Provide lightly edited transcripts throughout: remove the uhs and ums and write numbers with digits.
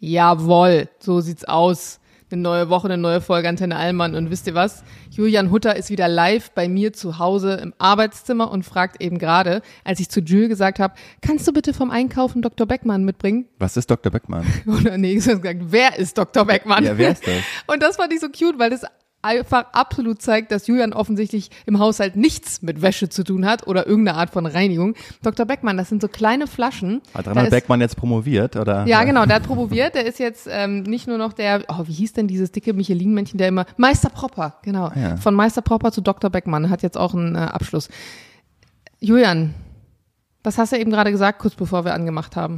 Jawohl, so sieht's aus. Eine neue Woche, eine neue Folge Antenne Allmann. Und wisst ihr was? Julian Hutter ist wieder live bei mir zu Hause im Arbeitszimmer und fragt eben gerade, als ich zu Jules gesagt habe, kannst du bitte vom Einkaufen Dr. Beckmann mitbringen? Was ist Dr. Beckmann? Oder nee, ich habe gesagt, wer ist Dr. Beckmann? Ja, wer ist das? Und das fand ich so cute, weil das einfach absolut zeigt, dass Julian offensichtlich im Haushalt nichts mit Wäsche zu tun hat oder irgendeine Art von Reinigung. Dr. Beckmann, das sind so kleine Flaschen. Hat Reinhard Beckmann jetzt promoviert, oder? Ja, genau, der hat promoviert. Der ist jetzt nicht nur noch der, wie hieß denn dieses dicke Michelin-Männchen, der immer, Meister Propper, genau. Ja. Von Meister Propper zu Dr. Beckmann, hat jetzt auch einen Abschluss. Julian, was hast du eben gerade gesagt, kurz bevor wir angemacht haben?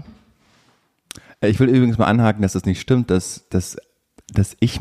Ich will übrigens mal anhaken, dass das nicht stimmt, dass ich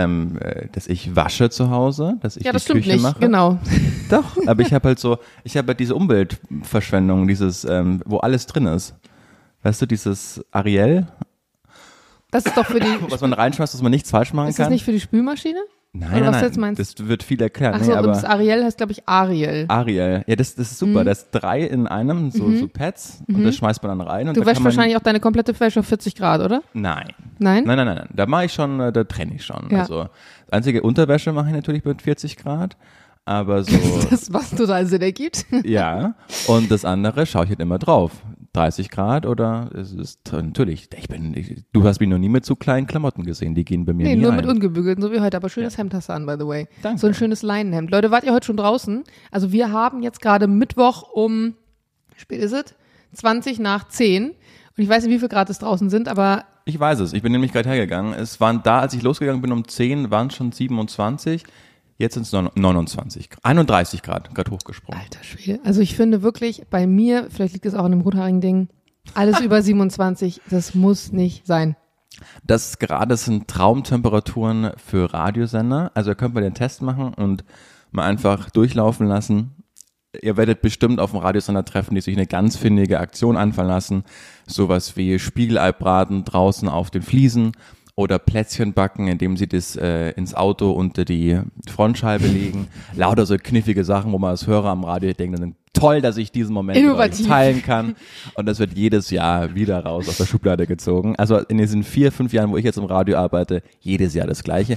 wasche zu Hause, dass ich Ja, das die stimmt Küche nicht, mache. genau. Doch, aber ich habe halt diese Umweltverschwendung, dieses, wo alles drin ist. Weißt du, dieses Ariel, Das ist doch für die, was man reinschmeißt, dass man nichts falsch machen ist das kann. nicht für die Spülmaschine? Nein, oder was nein, du jetzt meinst? das wird viel erklärt. Achso, und aber das Ariel heißt, glaube ich, Ariel. Ariel, ja, das ist super. Das ist 3 in einem, so Pads, und das schmeißt man dann rein. Und Du da wäschst kann man, wahrscheinlich auch deine komplette Wäsche auf 40 Grad, oder? Nein. Nein? Nein. Da mache ich schon, da trenne ich schon. Ja. Also, das einzige Unterwäsche mache ich natürlich mit 40 Grad, aber so, Das, was total Sinn ergibt. ja. Und das andere schaue ich halt immer drauf. 30 Grad oder es ist natürlich, du hast mich noch nie mit so kleinen Klamotten gesehen, die gehen bei mir Nee, nie nur ein. mit ungebügelten, so wie heute. Aber schönes Hemd hast du an, by the way. Danke. So ein schönes Leinenhemd. Leute, wart ihr heute schon draußen? Also wir haben jetzt gerade Mittwoch um, wie spät ist es? 20 nach 10. Und ich weiß nicht, wie viel Grad es draußen sind, aber Ich weiß es, ich bin nämlich gerade hergegangen. Es waren da, als ich losgegangen bin um 10, waren es schon 27. Jetzt sind es 29, 31 Grad, gerade hochgesprungen. alter Schwede. Also ich finde wirklich, bei mir, vielleicht liegt es auch an dem rothaarigen Ding, alles über 27, das muss nicht sein. Das gerade sind Traumtemperaturen für Radiosender. Also da könnt man den Test machen und mal einfach durchlaufen lassen. Ihr werdet bestimmt auf dem Radiosender treffen, die sich eine ganz findige Aktion anfallen lassen. Sowas wie Spiegeleibraten draußen auf den Fliesen oder Plätzchen backen, indem sie das ins Auto unter die Frontscheibe legen. Lauter so knifflige Sachen, wo man als Hörer am Radio denkt, toll, dass ich diesen Moment mit euch Innovativ. teilen kann. Und das wird jedes Jahr wieder raus aus der Schublade gezogen. Also in diesen 4-5 Jahren, wo ich jetzt im Radio arbeite, jedes Jahr das Gleiche.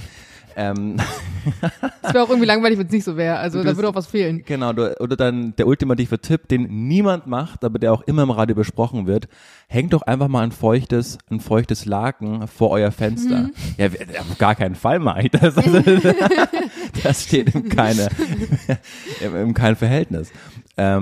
Das wäre auch irgendwie langweilig, wenn es nicht so wäre. Also da würde auch was fehlen. Genau, oder dann der ultimative Tipp, den niemand macht, aber der auch immer im Radio besprochen wird. Hängt doch einfach mal ein feuchtes Laken vor euer Fenster. Ja, auf gar keinen Fall mache ich das. Also, das steht in keinem Verhältnis. Ja,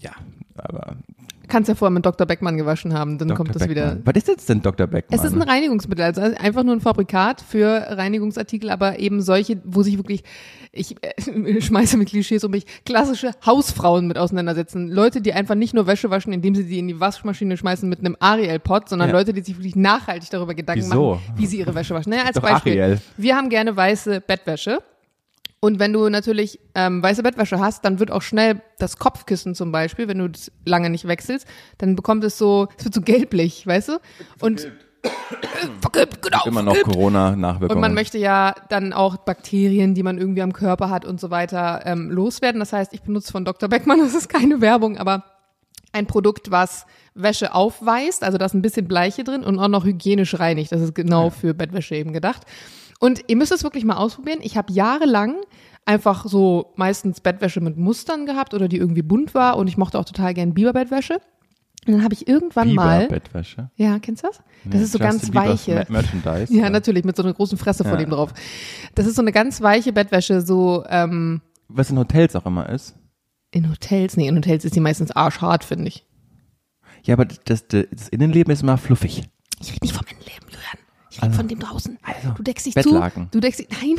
aber Kannst ja vorher mit Dr. Beckmann gewaschen haben, dann kommt das wieder. Was ist jetzt denn Dr. Beckmann? Es ist ein Reinigungsmittel, also einfach nur ein Fabrikat für Reinigungsartikel, aber eben solche, wo sich wirklich, ich schmeiße mit Klischees um mich, klassische Hausfrauen mit auseinandersetzen. Leute, die einfach nicht nur Wäsche waschen, indem sie die in die Waschmaschine schmeißen mit einem Ariel-Pot, sondern Leute, die sich wirklich nachhaltig darüber Gedanken machen, wie sie ihre Wäsche waschen. Naja, als Doch Beispiel. Ariel. Wir haben gerne weiße Bettwäsche. Und wenn du natürlich weiße Bettwäsche hast, dann wird auch schnell das Kopfkissen zum Beispiel, wenn du das lange nicht wechselst, dann bekommt es wird so gelblich, weißt du? Und vergilbt, genau. Immer noch vergilbt. Corona-Nachwirkungen. Und man möchte ja dann auch Bakterien, die man irgendwie am Körper hat und so weiter, loswerden. Das heißt, ich benutze von Dr. Beckmann, das ist keine Werbung, aber ein Produkt, was Wäsche aufweist, also da ist ein bisschen Bleiche drin und auch noch hygienisch reinigt. Das ist genau für Bettwäsche eben gedacht. Und ihr müsst es wirklich mal ausprobieren. Ich habe jahrelang einfach so meistens Bettwäsche mit Mustern gehabt oder die irgendwie bunt war und ich mochte auch total gern Biberbettwäsche. Und dann habe ich irgendwann mal. Bettwäsche. Ja, kennst du das? Das ist so Justin ganz Biebers weiche. Merchandise. Ja, natürlich, mit so einer großen Fresse vor dem drauf. Das ist so eine ganz weiche Bettwäsche, so Was in Hotels auch immer ist. in Hotels ist die meistens arschhart, finde ich. Ja, aber das Innenleben ist immer fluffig. Ich rede nicht vom Innenleben, Julian. Ich rede von dem draußen. Also, Du deckst dich Bettlaken. zu. Nein.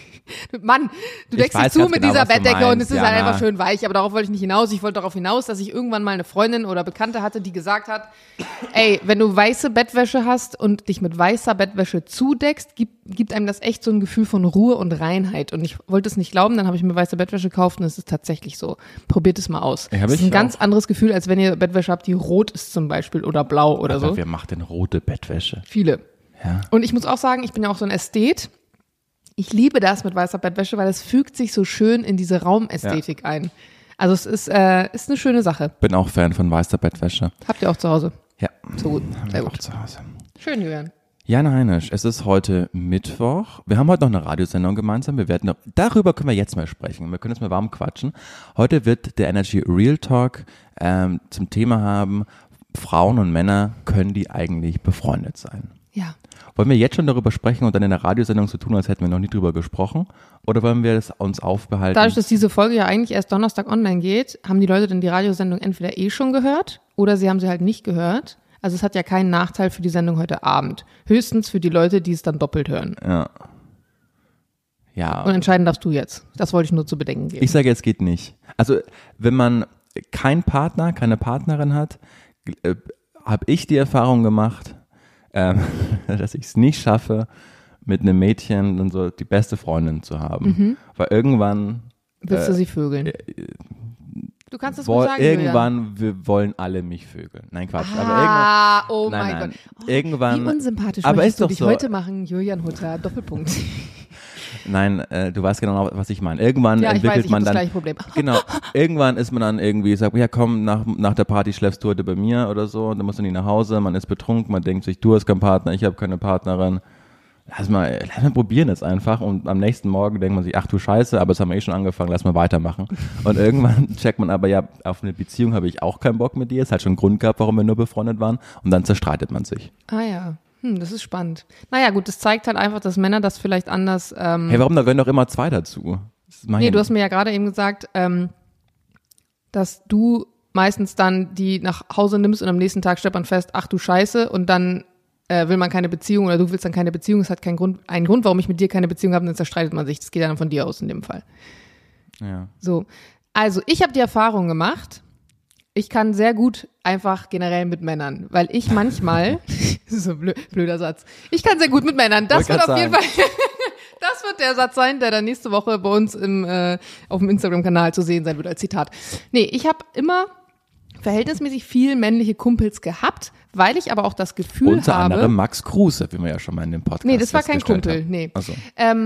Mann, du Ich deckst dich weiß zu ganz mit genau, dieser was du Bettdecke und meinst, es ist halt Jana. einfach schön weich, aber darauf wollte ich nicht hinaus. Ich wollte darauf hinaus, dass ich irgendwann mal eine Freundin oder Bekannte hatte, die gesagt hat, ey, wenn du weiße Bettwäsche hast und dich mit weißer Bettwäsche zudeckst, gibt einem das echt so ein Gefühl von Ruhe und Reinheit. Und ich wollte es nicht glauben, dann habe ich mir weiße Bettwäsche gekauft und es ist tatsächlich so. Probiert es mal aus. Ja, hab das ist ich ein ganz auch. anderes Gefühl, als wenn ihr Bettwäsche habt, die rot ist zum Beispiel oder blau oder Aber so. wer macht denn rote Bettwäsche? Viele. Ja. Und ich muss auch sagen, ich bin ja auch so ein Ästhet. Ich liebe das mit weißer Bettwäsche, weil es fügt sich so schön in diese Raumästhetik ein. Also es ist eine schöne Sache. Bin auch Fan von weißer Bettwäsche. Habt ihr auch zu Hause? Ja. So gut. Haben Sehr wir auch gut. zu Hause. Schön, Julian. Jan Heinisch, es ist heute Mittwoch. Wir haben heute noch eine Radiosendung gemeinsam. Darüber können wir jetzt mal sprechen. Wir können jetzt mal warm quatschen. Heute wird der Energy Real Talk zum Thema haben, Frauen und Männer, können die eigentlich befreundet sein? Ja. Wollen wir jetzt schon darüber sprechen und dann in der Radiosendung so tun, als hätten wir noch nie drüber gesprochen? Oder wollen wir das uns aufbehalten? Dadurch, dass diese Folge ja eigentlich erst Donnerstag online geht, haben die Leute dann die Radiosendung entweder schon gehört oder sie haben sie halt nicht gehört. Also es hat ja keinen Nachteil für die Sendung heute Abend. Höchstens für die Leute, die es dann doppelt hören. Ja. Und entscheiden darfst du jetzt. Das wollte ich nur zu bedenken geben. Ich sage jetzt, geht nicht. Also wenn man keinen Partner, keine Partnerin hat, habe ich die Erfahrung gemacht, dass ich es nicht schaffe, mit einem Mädchen dann so die beste Freundin zu haben. Weil irgendwann willst du sie vögeln? Du kannst es ruhig sagen, irgendwann wollen alle mich vögeln. Nein, Quatsch. Oh mein Gott. Irgendwann. Wie unsympathisch aber möchtest ist du dich so, heute machen, Julian Hutter, Doppelpunkt. Nein, du weißt genau, was ich meine. Irgendwann entwickelt man das dann. gleiche Problem. Genau. Irgendwann ist man dann irgendwie, sagt, ja komm, nach der Party schläfst du heute bei mir oder so. Und dann muss man nicht nach Hause, man ist betrunken, man denkt sich, du hast keinen Partner, ich habe keine Partnerin. Lass mal probieren es einfach und am nächsten Morgen denkt man sich, ach du Scheiße, aber es haben wir schon angefangen, lass mal weitermachen. Und irgendwann checkt man aber, ja, auf eine Beziehung habe ich auch keinen Bock mit dir. Es hat schon einen Grund gehabt, warum wir nur befreundet waren und dann zerstreitet man sich. Ah ja, das ist spannend. Naja gut, das zeigt halt einfach, dass Männer das vielleicht anders... Hey, warum, da gehören doch immer zwei dazu. Nee, du hast mir ja gerade eben gesagt, dass du meistens dann die nach Hause nimmst und am nächsten Tag stellt man fest, ach du Scheiße, und dann will man keine Beziehung oder du willst dann keine Beziehung. Es hat keinen Grund, warum ich mit dir keine Beziehung habe, dann zerstreitet man sich. Das geht dann von dir aus in dem Fall. Ja. So, also ich habe die Erfahrung gemacht, ich kann sehr gut einfach generell mit Männern, weil ich manchmal, das ist so ein blöder Satz, ich kann sehr gut mit Männern. Das wird auf jeden Fall, das wird der Satz sein, der dann nächste Woche bei uns auf dem Instagram-Kanal zu sehen sein wird als Zitat. Nee, ich habe immer verhältnismäßig viel männliche Kumpels gehabt, weil ich aber auch das Gefühl habe... Unter anderem Max Kruse, wie wir ja schon mal in dem Podcast Nee, das war kein Kumpel, haben. nee. Ach so.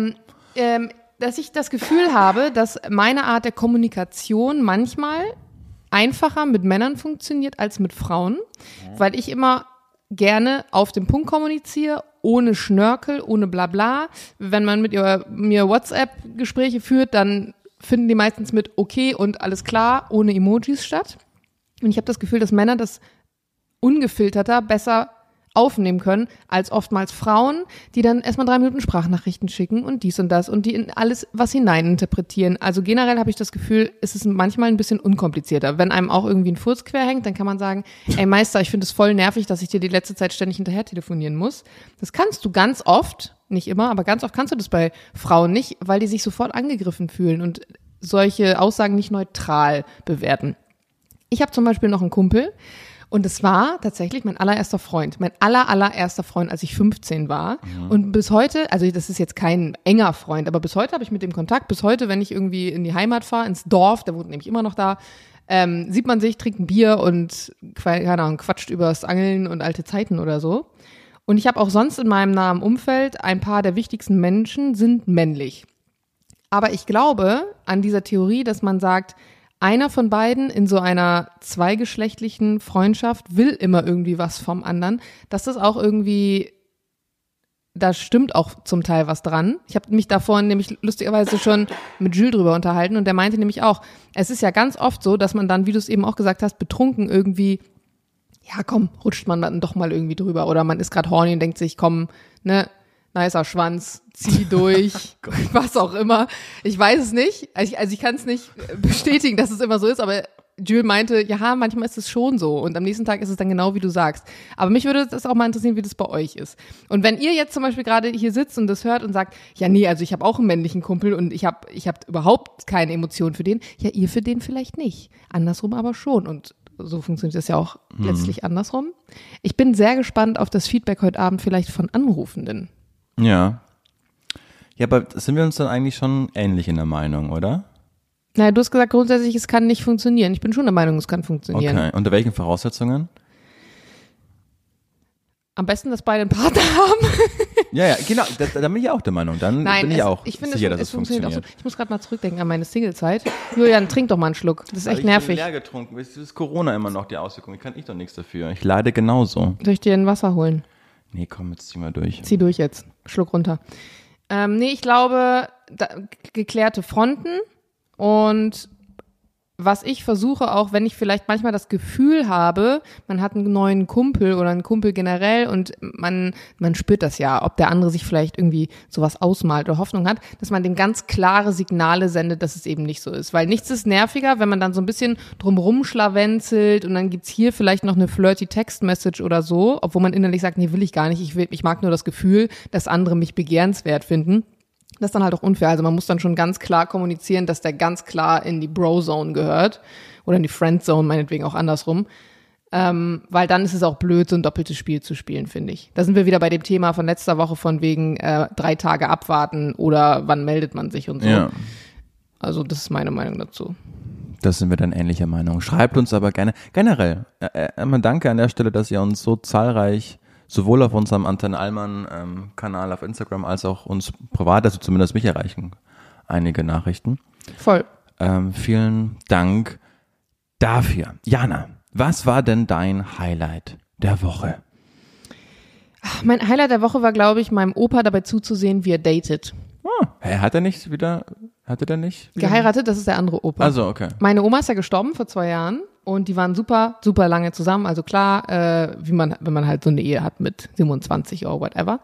Dass ich das Gefühl habe, dass meine Art der Kommunikation manchmal einfacher mit Männern funktioniert als mit Frauen, weil ich immer gerne auf den Punkt kommuniziere, ohne Schnörkel, ohne Blabla. Wenn man mit mir WhatsApp-Gespräche führt, dann finden die meistens mit okay und alles klar, ohne Emojis statt. Und ich habe das Gefühl, dass Männer das ungefilterter besser aufnehmen können als oftmals Frauen, die dann erstmal 3 Minuten Sprachnachrichten schicken und dies und das und die in alles was hineininterpretieren. Also generell habe ich das Gefühl, es ist manchmal ein bisschen unkomplizierter. Wenn einem auch irgendwie ein Furz quer hängt, dann kann man sagen, ey Meister, ich finde es voll nervig, dass ich dir die letzte Zeit ständig hinterher telefonieren muss. Das kannst du ganz oft, nicht immer, aber ganz oft kannst du das bei Frauen nicht, weil die sich sofort angegriffen fühlen und solche Aussagen nicht neutral bewerten. Ich habe zum Beispiel noch einen Kumpel und es war tatsächlich mein allererster Freund, allererster Freund, als ich 15 war. Und bis heute, also das ist jetzt kein enger Freund, aber bis heute habe ich mit dem Kontakt. Bis heute, wenn ich irgendwie in die Heimat fahre, ins Dorf, der wohnt nämlich immer noch da, sieht man sich, trinkt ein Bier und keine Ahnung, quatscht übers Angeln und alte Zeiten oder so. Und ich habe auch sonst in meinem nahen Umfeld, ein paar der wichtigsten Menschen sind männlich. Aber ich glaube an dieser Theorie, dass man sagt, einer von beiden in so einer zweigeschlechtlichen Freundschaft will immer irgendwie was vom anderen, dass das auch irgendwie, da stimmt auch zum Teil was dran. Ich habe mich davor nämlich lustigerweise schon mit Jules drüber unterhalten und der meinte nämlich auch, es ist ja ganz oft so, dass man dann, wie du es eben auch gesagt hast, betrunken irgendwie, ja komm, rutscht man dann doch mal irgendwie drüber oder man ist gerade horny und denkt sich, komm, ne, nicer Schwanz, zieh durch, was auch immer. Ich weiß es nicht. Also ich kann es nicht bestätigen, dass es immer so ist, aber Jules meinte, ja, manchmal ist es schon so und am nächsten Tag ist es dann genau, wie du sagst. Aber mich würde das auch mal interessieren, wie das bei euch ist. Und wenn ihr jetzt zum Beispiel gerade hier sitzt und das hört und sagt, ja, nee, also ich habe auch einen männlichen Kumpel und ich hab überhaupt keine Emotionen für den, ja, ihr für den vielleicht nicht. Andersrum aber schon und so funktioniert das ja auch letztlich andersrum. Ich bin sehr gespannt auf das Feedback heute Abend vielleicht von Anrufenden. Ja. Ja, aber sind wir uns dann eigentlich schon ähnlich in der Meinung, oder? Naja, du hast gesagt, grundsätzlich, es kann nicht funktionieren. Ich bin schon der Meinung, es kann funktionieren. Okay, unter welchen Voraussetzungen? Am besten, dass beide einen Partner haben. Ja, genau, da bin ich auch der Meinung. Dann bin ich auch sicher, dass es funktioniert. Auch so. Ich muss gerade mal zurückdenken an meine Singlezeit. Julian, trink doch mal einen Schluck. Das ist echt nervig. Ich bin leer getrunken. Es ist Corona immer noch die Auswirkung. Ich kann doch nichts dafür. Ich leide genauso. Soll ich dir ein Wasser holen? Nee, komm, jetzt zieh mal durch. Zieh durch jetzt. Schluck runter. Nee, ich glaube, geklärte Fronten und was ich versuche, auch wenn ich vielleicht manchmal das Gefühl habe, man hat einen neuen Kumpel oder einen Kumpel generell und man spürt das ja, ob der andere sich vielleicht irgendwie sowas ausmalt oder Hoffnung hat, dass man dem ganz klare Signale sendet, dass es eben nicht so ist. Weil nichts ist nerviger, wenn man dann so ein bisschen drumrum schlawenzelt und dann gibt's hier vielleicht noch eine flirty Text-Message oder so, obwohl man innerlich sagt, nee, will ich gar nicht, ich mag nur das Gefühl, dass andere mich begehrenswert finden. Das ist dann halt auch unfair. Also man muss dann schon ganz klar kommunizieren, dass der ganz klar in die Bro-Zone gehört oder in die Friend-Zone, meinetwegen auch andersrum. Weil dann ist es auch blöd, so ein doppeltes Spiel zu spielen, finde ich. Da sind wir wieder bei dem Thema von letzter Woche von wegen 3 Tage abwarten oder wann meldet man sich und so. Ja. Also das ist meine Meinung dazu. Das sind wir dann ähnlicher Meinung. Schreibt uns aber gerne, generell, danke an der Stelle, dass ihr uns so zahlreich sowohl auf unserem Antenne Allmann Kanal auf Instagram als auch uns privat, also zumindest mich erreichen einige Nachrichten. Voll. Vielen Dank dafür. Jana, was war denn dein Highlight der Woche? Mein Highlight der Woche war, glaube ich, meinem Opa dabei zuzusehen, wie er datet. Hat er nicht wieder? Geheiratet, das ist der andere Opa. Also, okay. Meine Oma ist ja gestorben vor 2 Jahren und die waren super, super lange zusammen. Also klar, wenn man halt so eine Ehe hat mit 27 oder whatever.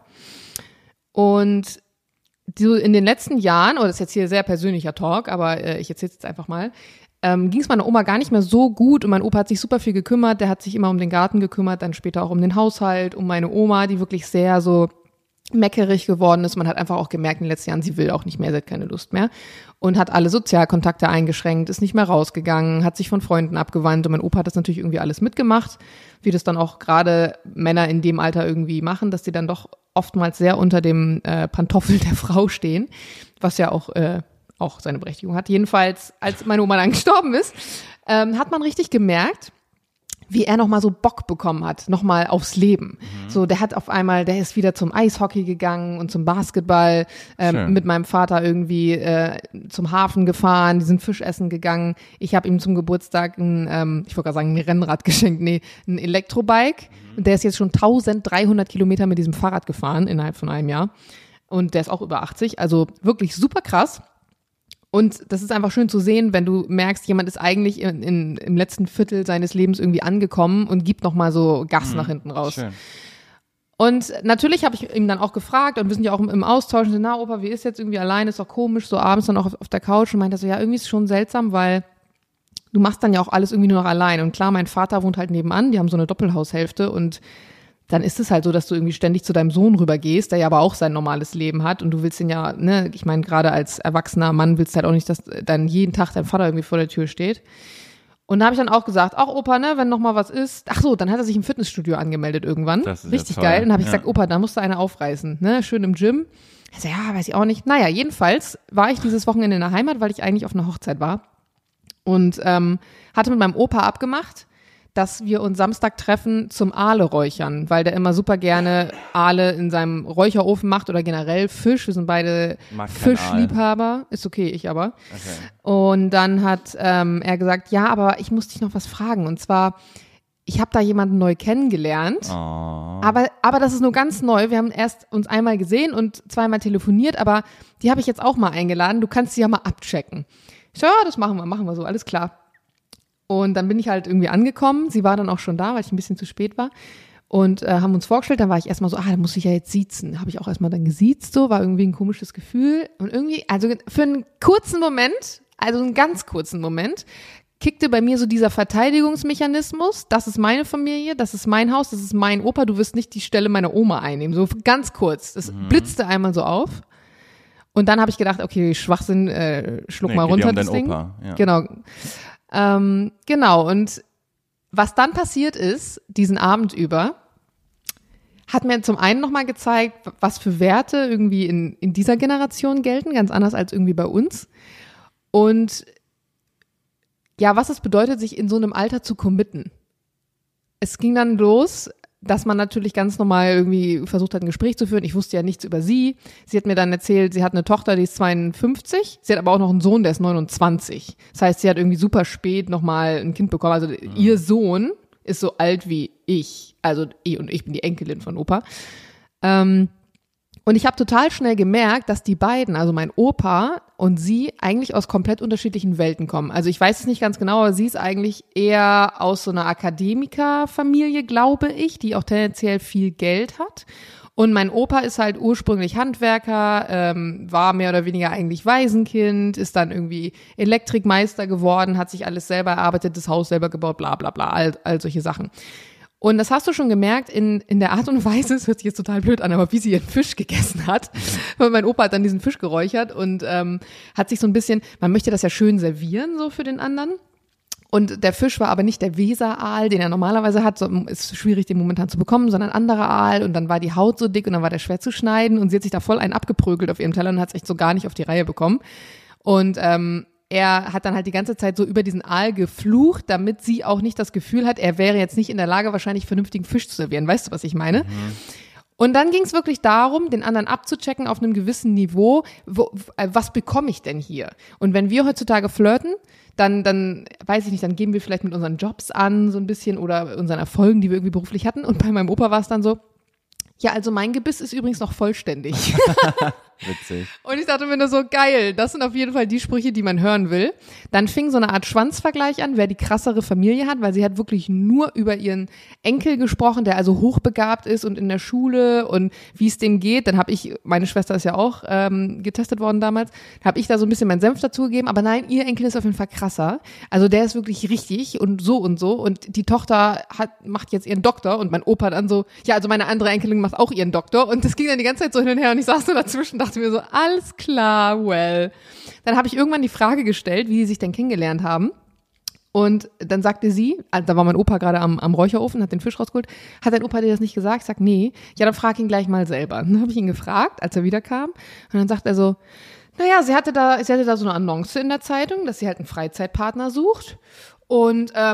Und so in den letzten Jahren, das ist jetzt hier sehr persönlicher Talk, aber ich erzähle es jetzt einfach mal, ging es meiner Oma gar nicht mehr so gut und mein Opa hat sich super viel gekümmert. Der hat sich immer um den Garten gekümmert, dann später auch um den Haushalt, um meine Oma, die wirklich sehr so meckerig geworden ist. Man hat einfach auch gemerkt in den letzten Jahren, sie will auch nicht mehr, sie hat keine Lust mehr und hat alle Sozialkontakte eingeschränkt, ist nicht mehr rausgegangen, hat sich von Freunden abgewandt und mein Opa hat das natürlich irgendwie alles mitgemacht, wie das dann auch gerade Männer in dem Alter irgendwie machen, dass die dann doch oftmals sehr unter dem Pantoffel der Frau stehen, was ja auch seine Berechtigung hat. Jedenfalls, als meine Oma dann gestorben ist, hat man richtig gemerkt, wie er nochmal so Bock bekommen hat, nochmal aufs Leben. So, der ist wieder zum Eishockey gegangen und zum Basketball, mit meinem Vater irgendwie zum Hafen gefahren, die sind Fisch essen gegangen. Ich habe ihm zum Geburtstag ein Rennrad geschenkt, ein Elektrobike. Und der ist jetzt schon 1300 Kilometer mit diesem Fahrrad gefahren innerhalb von einem Jahr. Und der ist auch über 80, also wirklich super krass. Und das ist einfach schön zu sehen, wenn du merkst, jemand ist eigentlich im letzten Viertel seines Lebens irgendwie angekommen und gibt nochmal so Gas nach hinten raus. Schön. Und natürlich habe ich ihm dann auch gefragt und wir sind ja auch im Austausch, und so, Opa, wie ist jetzt irgendwie allein, ist doch komisch, so abends dann auch auf der Couch und meinte so, ja, irgendwie ist es schon seltsam, weil du machst dann ja auch alles irgendwie nur noch allein. Und klar, mein Vater wohnt halt nebenan, die haben so eine Doppelhaushälfte und dann ist es halt so, dass du irgendwie ständig zu deinem Sohn rübergehst, der ja aber auch sein normales Leben hat und du willst ihn ja, ne, ich meine, gerade als erwachsener Mann willst du halt auch nicht, dass dann jeden Tag dein Vater irgendwie vor der Tür steht. Und da habe ich dann auch gesagt, ach Opa, ne, wenn noch mal was ist, ach so, dann hat er sich im Fitnessstudio angemeldet irgendwann. Das ist richtig geil. Und dann habe ich gesagt, Opa, da musst du eine aufreißen, ne, schön im Gym. Er so, ja, weiß ich auch nicht. Naja, jedenfalls war ich dieses Wochenende in der Heimat, weil ich eigentlich auf einer Hochzeit war und hatte mit meinem Opa abgemacht, dass wir uns Samstag treffen zum Aale-Räuchern, weil der immer super gerne Aale in seinem Räucherofen macht oder generell Fisch. Wir sind beide Fischliebhaber. Ist okay, ich aber. Okay. Und dann hat er gesagt, ja, aber ich muss dich noch was fragen. Und zwar, ich habe da jemanden neu kennengelernt, aber das ist nur ganz neu. Wir haben erst uns einmal gesehen und 2-mal telefoniert, aber die habe ich jetzt auch mal eingeladen. Du kannst sie ja mal abchecken. Ich so, ja, das machen wir so, alles klar. Und dann bin ich halt irgendwie angekommen. Sie war dann auch schon da, weil ich ein bisschen zu spät war. Und haben uns vorgestellt. Dann war ich erstmal so, da muss ich ja jetzt siezen. Habe ich auch erstmal dann gesiezt, so, war irgendwie ein komisches Gefühl. Und irgendwie, also für einen kurzen Moment, also einen ganz kurzen Moment, kickte bei mir so dieser Verteidigungsmechanismus. Das ist meine Familie, das ist mein Haus, das ist mein Opa. Du wirst nicht die Stelle meiner Oma einnehmen. So ganz kurz. Das blitzte einmal so auf. Und dann habe ich gedacht, okay, Schwachsinn, schluck mal runter das Ding. Opa, ja. Genau, und was dann passiert ist, diesen Abend über, hat mir zum einen nochmal gezeigt, was für Werte irgendwie in dieser Generation gelten, ganz anders als irgendwie bei uns. Und ja, was es bedeutet, sich in so einem Alter zu committen. Es ging dann los, dass man natürlich ganz normal irgendwie versucht hat, ein Gespräch zu führen. Ich wusste ja nichts über sie. Sie hat mir dann erzählt, sie hat eine Tochter, die ist 52. Sie hat aber auch noch einen Sohn, der ist 29. Das heißt, sie hat irgendwie super spät nochmal ein Kind bekommen. Also ihr Sohn ist so alt wie ich. Also ich bin die Enkelin von Opa. Und ich habe total schnell gemerkt, dass die beiden, also mein Opa und sie, eigentlich aus komplett unterschiedlichen Welten kommen. Also ich weiß es nicht ganz genau, aber sie ist eigentlich eher aus so einer Akademikerfamilie, glaube ich, die auch tendenziell viel Geld hat. Und mein Opa ist halt ursprünglich Handwerker, war mehr oder weniger eigentlich Waisenkind, ist dann irgendwie Elektrikmeister geworden, hat sich alles selber erarbeitet, das Haus selber gebaut, bla bla bla, all solche Sachen. Und das hast du schon gemerkt in der Art und Weise, es hört sich jetzt total blöd an, aber wie sie ihren Fisch gegessen hat. Weil mein Opa hat dann diesen Fisch geräuchert und hat sich so ein bisschen, man möchte das ja schön servieren so für den anderen. Und der Fisch war aber nicht der Weseraal, den er normalerweise hat, so ist schwierig, den momentan zu bekommen, sondern ein anderer Aal und dann war die Haut so dick und dann war der schwer zu schneiden und sie hat sich da voll einen abgeprügelt auf ihrem Teller und hat es echt so gar nicht auf die Reihe bekommen. Und er hat dann halt die ganze Zeit so über diesen Aal geflucht, damit sie auch nicht das Gefühl hat, er wäre jetzt nicht in der Lage, wahrscheinlich vernünftigen Fisch zu servieren. Weißt du, was ich meine? Mhm. Und dann ging es wirklich darum, den anderen abzuchecken auf einem gewissen Niveau, was bekomme ich denn hier? Und wenn wir heutzutage flirten, dann weiß ich nicht, dann geben wir vielleicht mit unseren Jobs an so ein bisschen oder unseren Erfolgen, die wir irgendwie beruflich hatten. Und bei meinem Opa war es dann so, ja, also mein Gebiss ist übrigens noch vollständig. Witzig. Und ich dachte mir nur so, geil, das sind auf jeden Fall die Sprüche, die man hören will. Dann fing so eine Art Schwanzvergleich an, wer die krassere Familie hat, weil sie hat wirklich nur über ihren Enkel gesprochen, der also hochbegabt ist und in der Schule und wie es dem geht. Dann habe ich, meine Schwester ist ja auch getestet worden damals, habe ich da so ein bisschen meinen Senf dazugegeben, aber nein, ihr Enkel ist auf jeden Fall krasser. Also der ist wirklich richtig und so und so und die Tochter macht jetzt ihren Doktor und mein Opa dann so, ja, also meine andere Enkelin macht auch ihren Doktor und das ging dann die ganze Zeit so hin und her und ich saß so dazwischen, dachte mir so, alles klar, well. Dann habe ich irgendwann die Frage gestellt, wie sie sich denn kennengelernt haben. Und dann sagte sie, da war mein Opa gerade am Räucherofen, hat den Fisch rausgeholt, hat dein Opa dir das nicht gesagt? Ich sag, nee. Ja, dann frag ihn gleich mal selber. Dann habe ich ihn gefragt, als er wiederkam. Und dann sagt er so, naja, sie hatte da so eine Annonce in der Zeitung, dass sie halt einen Freizeitpartner sucht. Und ja,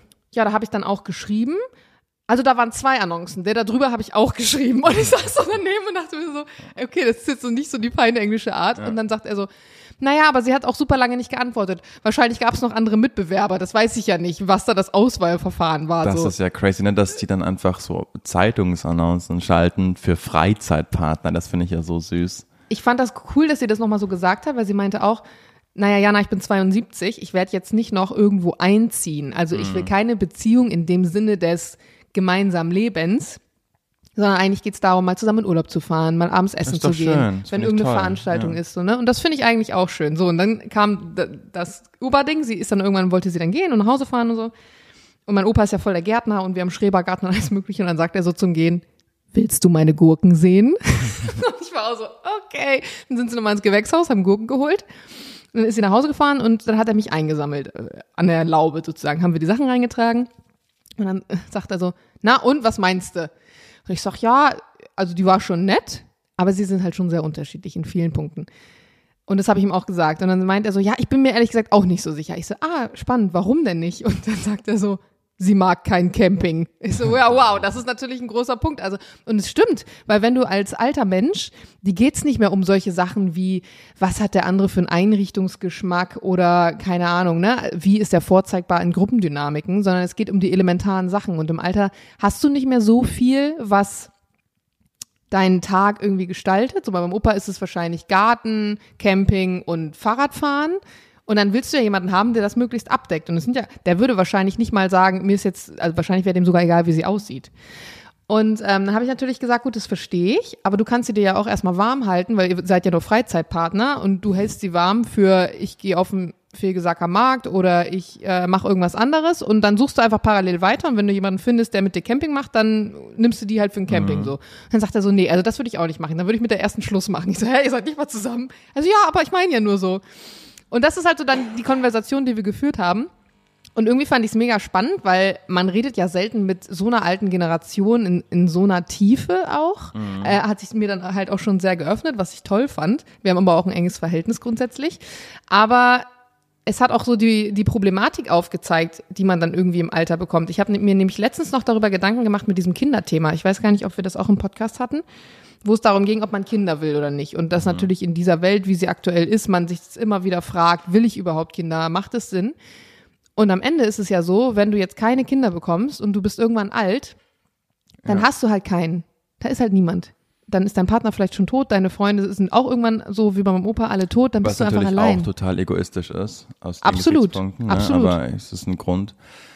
da habe ich dann auch geschrieben. Also da waren 2 Annoncen, der da drüber habe ich auch geschrieben und ich saß so daneben und dachte mir so, okay, das ist jetzt so nicht so die feine englische Art. Ja. Und dann sagt er so, naja, aber sie hat auch super lange nicht geantwortet. Wahrscheinlich gab es noch andere Mitbewerber, das weiß ich ja nicht, was da das Auswahlverfahren war. Das so. Ist ja crazy, ne? Dass die dann einfach so Zeitungsannoncen schalten für Freizeitpartner, das finde ich ja so süß. Ich fand das cool, dass sie das nochmal so gesagt hat, weil sie meinte auch, naja, Jana, ich bin 72, ich werde jetzt nicht noch irgendwo einziehen. Also ich will keine Beziehung in dem Sinne des gemeinsamen Lebens, sondern eigentlich geht's darum, mal zusammen in Urlaub zu fahren, mal abends essen zu gehen, wenn irgendeine Veranstaltung ist. So, ne? Und das finde ich eigentlich auch schön. So, und dann kam das Uber-Ding, sie ist dann irgendwann, wollte sie dann gehen und nach Hause fahren und so. Und mein Opa ist ja voll der Gärtner und wir haben Schrebergarten und alles mögliche. Und dann sagt er so zum Gehen, willst du meine Gurken sehen? Und ich war auch so, okay. Dann sind sie nochmal ins Gewächshaus, haben Gurken geholt. Und dann ist sie nach Hause gefahren und dann hat er mich eingesammelt, an der Laube sozusagen, haben wir die Sachen reingetragen. Und dann sagt er so, na und, was meinst du? Und ich sag, ja, also die war schon nett, aber sie sind halt schon sehr unterschiedlich in vielen Punkten. Und das habe ich ihm auch gesagt. Und dann meint er so, ja, ich bin mir ehrlich gesagt auch nicht so sicher. Ich so, spannend, warum denn nicht? Und dann sagt er so, sie mag kein Camping. Ich so, ja, wow, das ist natürlich ein großer Punkt. Also, und es stimmt, weil wenn du als alter Mensch, die geht's nicht mehr um solche Sachen wie, was hat der andere für einen Einrichtungsgeschmack oder keine Ahnung, ne? Wie ist der vorzeigbar in Gruppendynamiken, sondern es geht um die elementaren Sachen. Und im Alter hast du nicht mehr so viel, was deinen Tag irgendwie gestaltet. So bei meinem Opa ist es wahrscheinlich Garten, Camping und Fahrradfahren. Und dann willst du ja jemanden haben, der das möglichst abdeckt. Und es sind ja, der würde wahrscheinlich nicht mal sagen, mir ist jetzt, also wahrscheinlich wäre dem sogar egal, wie sie aussieht. Und dann habe ich natürlich gesagt, gut, das verstehe ich, aber du kannst sie dir ja auch erstmal warm halten, weil ihr seid ja nur Freizeitpartner und du hältst sie warm für, ich gehe auf den Fegesacker Markt oder ich mache irgendwas anderes und dann suchst du einfach parallel weiter und wenn du jemanden findest, der mit dir Camping macht, dann nimmst du die halt für ein Camping so. Und dann sagt er so, nee, also das würde ich auch nicht machen, dann würde ich mit der ersten Schluss machen. Ich so, hä, ihr seid nicht mal zusammen? Also ja, aber ich meine ja nur so. Und das ist halt so dann die Konversation, die wir geführt haben. Und irgendwie fand ich es mega spannend, weil man redet ja selten mit so einer alten Generation in so einer Tiefe auch. Hat sich mir dann halt auch schon sehr geöffnet, was ich toll fand. Wir haben aber auch ein enges Verhältnis grundsätzlich. Aber es hat auch so die Problematik aufgezeigt, die man dann irgendwie im Alter bekommt. Ich habe mir nämlich letztens noch darüber Gedanken gemacht mit diesem Kinderthema. Ich weiß gar nicht, ob wir das auch im Podcast hatten, wo es darum ging, ob man Kinder will oder nicht. Und das natürlich in dieser Welt, wie sie aktuell ist, man sich immer wieder fragt, will ich überhaupt Kinder? Macht es Sinn? Und am Ende ist es ja so, wenn du jetzt keine Kinder bekommst und du bist irgendwann alt, dann hast du halt keinen. Da ist halt niemand. Dann ist dein Partner vielleicht schon tot, deine Freunde sind auch irgendwann so wie bei meinem Opa alle tot, dann bist du einfach allein. Was natürlich auch total egoistisch ist, aus den Gesichtspunkten. Ne? Absolut. Aber es ist ein Grund.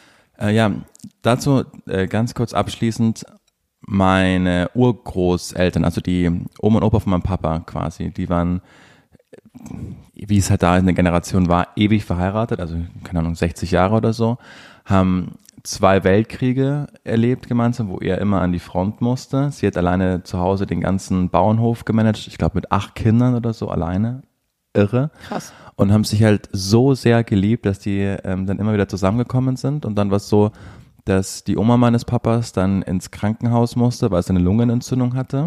Dazu ganz kurz abschließend, meine Urgroßeltern, also die Oma und Opa von meinem Papa quasi, die waren, wie es halt da in der Generation war, ewig verheiratet, also keine Ahnung, 60 Jahre oder so, haben 2 Weltkriege erlebt gemeinsam, wo er immer an die Front musste. Sie hat alleine zu Hause den ganzen Bauernhof gemanagt, ich glaube mit 8 Kindern oder so alleine. Irre. Krass. Und haben sich halt so sehr geliebt, dass die dann immer wieder zusammengekommen sind. Und dann war es so, dass die Oma meines Papas dann ins Krankenhaus musste, weil sie eine Lungenentzündung hatte.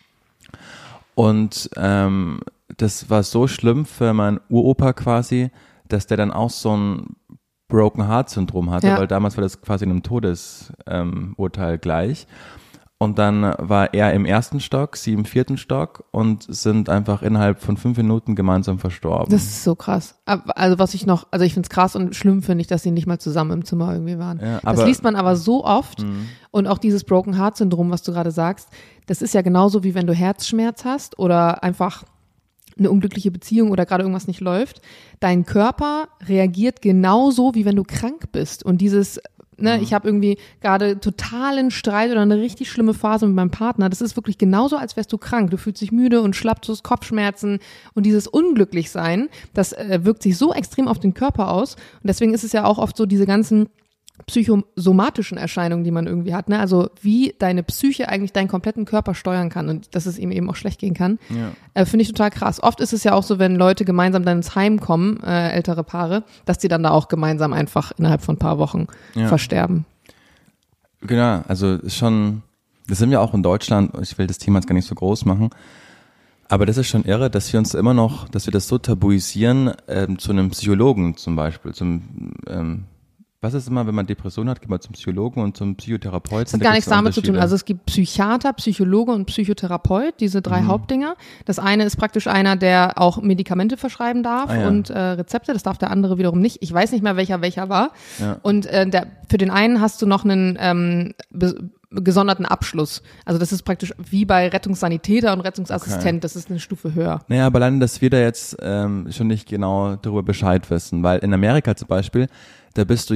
Und das war so schlimm für meinen Uropa quasi, dass der dann auch so ein Broken Heart Syndrom hatte, weil damals war das quasi einem Todesurteil gleich. Und dann war er im 1. Stock, sie im 4. Stock und sind einfach innerhalb von 5 Minuten gemeinsam verstorben. Das ist so krass. Also ich finde es krass und schlimm finde ich, dass sie nicht mal zusammen im Zimmer irgendwie waren. Ja, das liest man aber so oft. Und auch dieses Broken Heart Syndrom, was du gerade sagst, das ist ja genauso wie wenn du Herzschmerz hast oder einfach eine unglückliche Beziehung oder gerade irgendwas nicht läuft. Dein Körper reagiert genauso, wie wenn du krank bist. Und dieses, ich habe irgendwie gerade totalen Streit oder eine richtig schlimme Phase mit meinem Partner. Das ist wirklich genauso, als wärst du krank. Du fühlst dich müde und schlapp, du hast Kopfschmerzen. Und dieses Unglücklichsein, das wirkt sich so extrem auf den Körper aus. Und deswegen ist es ja auch oft so, diese ganzen psychosomatischen Erscheinungen, die man irgendwie hat, ne? Also wie deine Psyche eigentlich deinen kompletten Körper steuern kann und dass es ihm eben auch schlecht gehen kann, finde ich total krass. Oft ist es ja auch so, wenn Leute gemeinsam dann ins Heim kommen, ältere Paare, dass die dann da auch gemeinsam einfach innerhalb von ein paar Wochen versterben. Genau, also ist schon, das sind wir auch in Deutschland, ich will das Thema jetzt gar nicht so groß machen, aber das ist schon irre, dass wir uns immer noch, dass wir das so tabuisieren, zu einem Psychologen zum Beispiel, was ist immer, wenn man Depression hat, geht man zum Psychologen und zum Psychotherapeuten. Das hat gar nichts damit zu tun. Also es gibt Psychiater, Psychologe und Psychotherapeut, diese 3 Hauptdinger. Das eine ist praktisch einer, der auch Medikamente verschreiben darf und Rezepte. Das darf der andere wiederum nicht. Ich weiß nicht mehr, welcher war. Ja. Und für den einen hast du noch einen gesonderten Abschluss. Also das ist praktisch wie bei Rettungssanitäter und Rettungsassistent. Das ist eine Stufe höher. Naja, aber allein, dass wir da jetzt schon nicht genau darüber Bescheid wissen. Weil in Amerika zum Beispiel, da wirst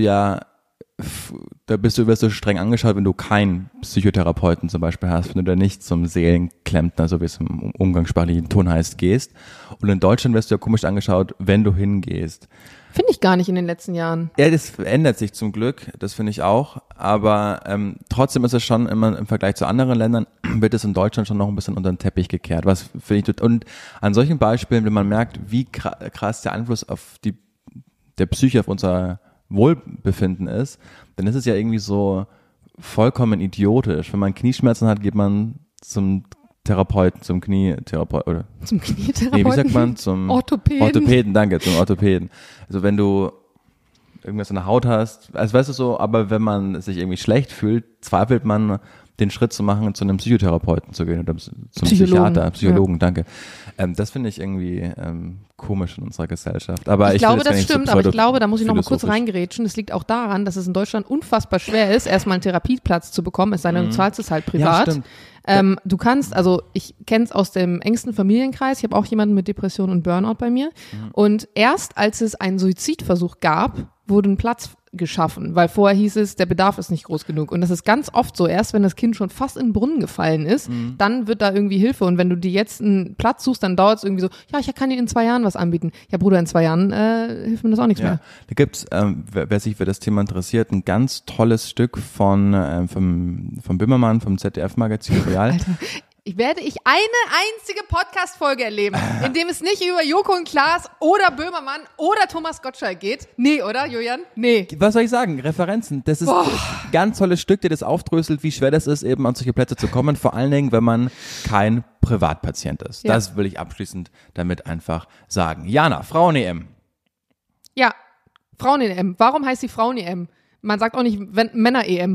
du streng angeschaut, wenn du keinen Psychotherapeuten zum Beispiel hast, wenn du da nicht zum Seelenklempner, so wie es im umgangssprachlichen Ton heißt, gehst. Und in Deutschland wirst du ja komisch angeschaut, wenn du hingehst. Finde ich gar nicht in den letzten Jahren. Ja, das ändert sich zum Glück, das finde ich auch. Aber trotzdem ist es schon immer im Vergleich zu anderen Ländern, wird es in Deutschland schon noch ein bisschen unter den Teppich gekehrt. Was finde ich, und an solchen Beispielen, wenn man merkt, wie krass der Einfluss auf der Psyche auf unser Wohlbefinden ist, dann ist es ja irgendwie so vollkommen idiotisch. Wenn man Knieschmerzen hat, geht man zum Therapeuten, zum Knietherapeuten oder zum Knietherapeuten? Nee, wie sagt man? Zum Orthopäden, danke, zum Orthopäden. Also wenn du irgendwas in der Haut hast, also weißt du so, aber wenn man sich irgendwie schlecht fühlt, zweifelt man den Schritt zu machen, zu einem Psychotherapeuten zu gehen oder zum Psychologen, danke. Das finde ich irgendwie komisch in unserer Gesellschaft. Aber ich glaube, das stimmt, aber ich glaube, da muss ich noch mal kurz reingerätschen. Das liegt auch daran, dass es in Deutschland unfassbar schwer ist, erstmal einen Therapieplatz zu bekommen, es sei denn, du zahlst es halt privat. Ja, stimmt. Du kannst, also ich kenne es aus dem engsten Familienkreis, ich habe auch jemanden mit Depression und Burnout bei mir und erst als es einen Suizidversuch gab, wurde ein Platz geschaffen, weil vorher hieß es, der Bedarf ist nicht groß genug und das ist ganz oft so, erst wenn das Kind schon fast in den Brunnen gefallen ist, dann wird da irgendwie Hilfe und wenn du dir jetzt einen Platz suchst, dann dauert es irgendwie so, ja, ich kann dir in 2 Jahren was anbieten. Ja, Bruder, in 2 Jahren hilft mir das auch nichts mehr. Da gibt's, wer sich für das Thema interessiert, ein ganz tolles Stück vom Böhmermann, vom ZDF-Magazin Royal. Alter. Werde ich eine einzige Podcast-Folge erleben, in dem es nicht über Joko und Klaas oder Böhmermann oder Thomas Gottschalk geht? Nee, oder, Julian? Nee. Was soll ich sagen? Referenzen. Das ist ein ganz tolles Stück, der das aufdröselt, wie schwer das ist, eben an solche Plätze zu kommen. Vor allen Dingen, wenn man kein Privatpatient ist. Ja. Das will ich abschließend damit einfach sagen. Jana, Frauen-EM. Ja, Frauen-EM. Warum heißt die Frauen-EM? Man sagt auch nicht Männer-EM.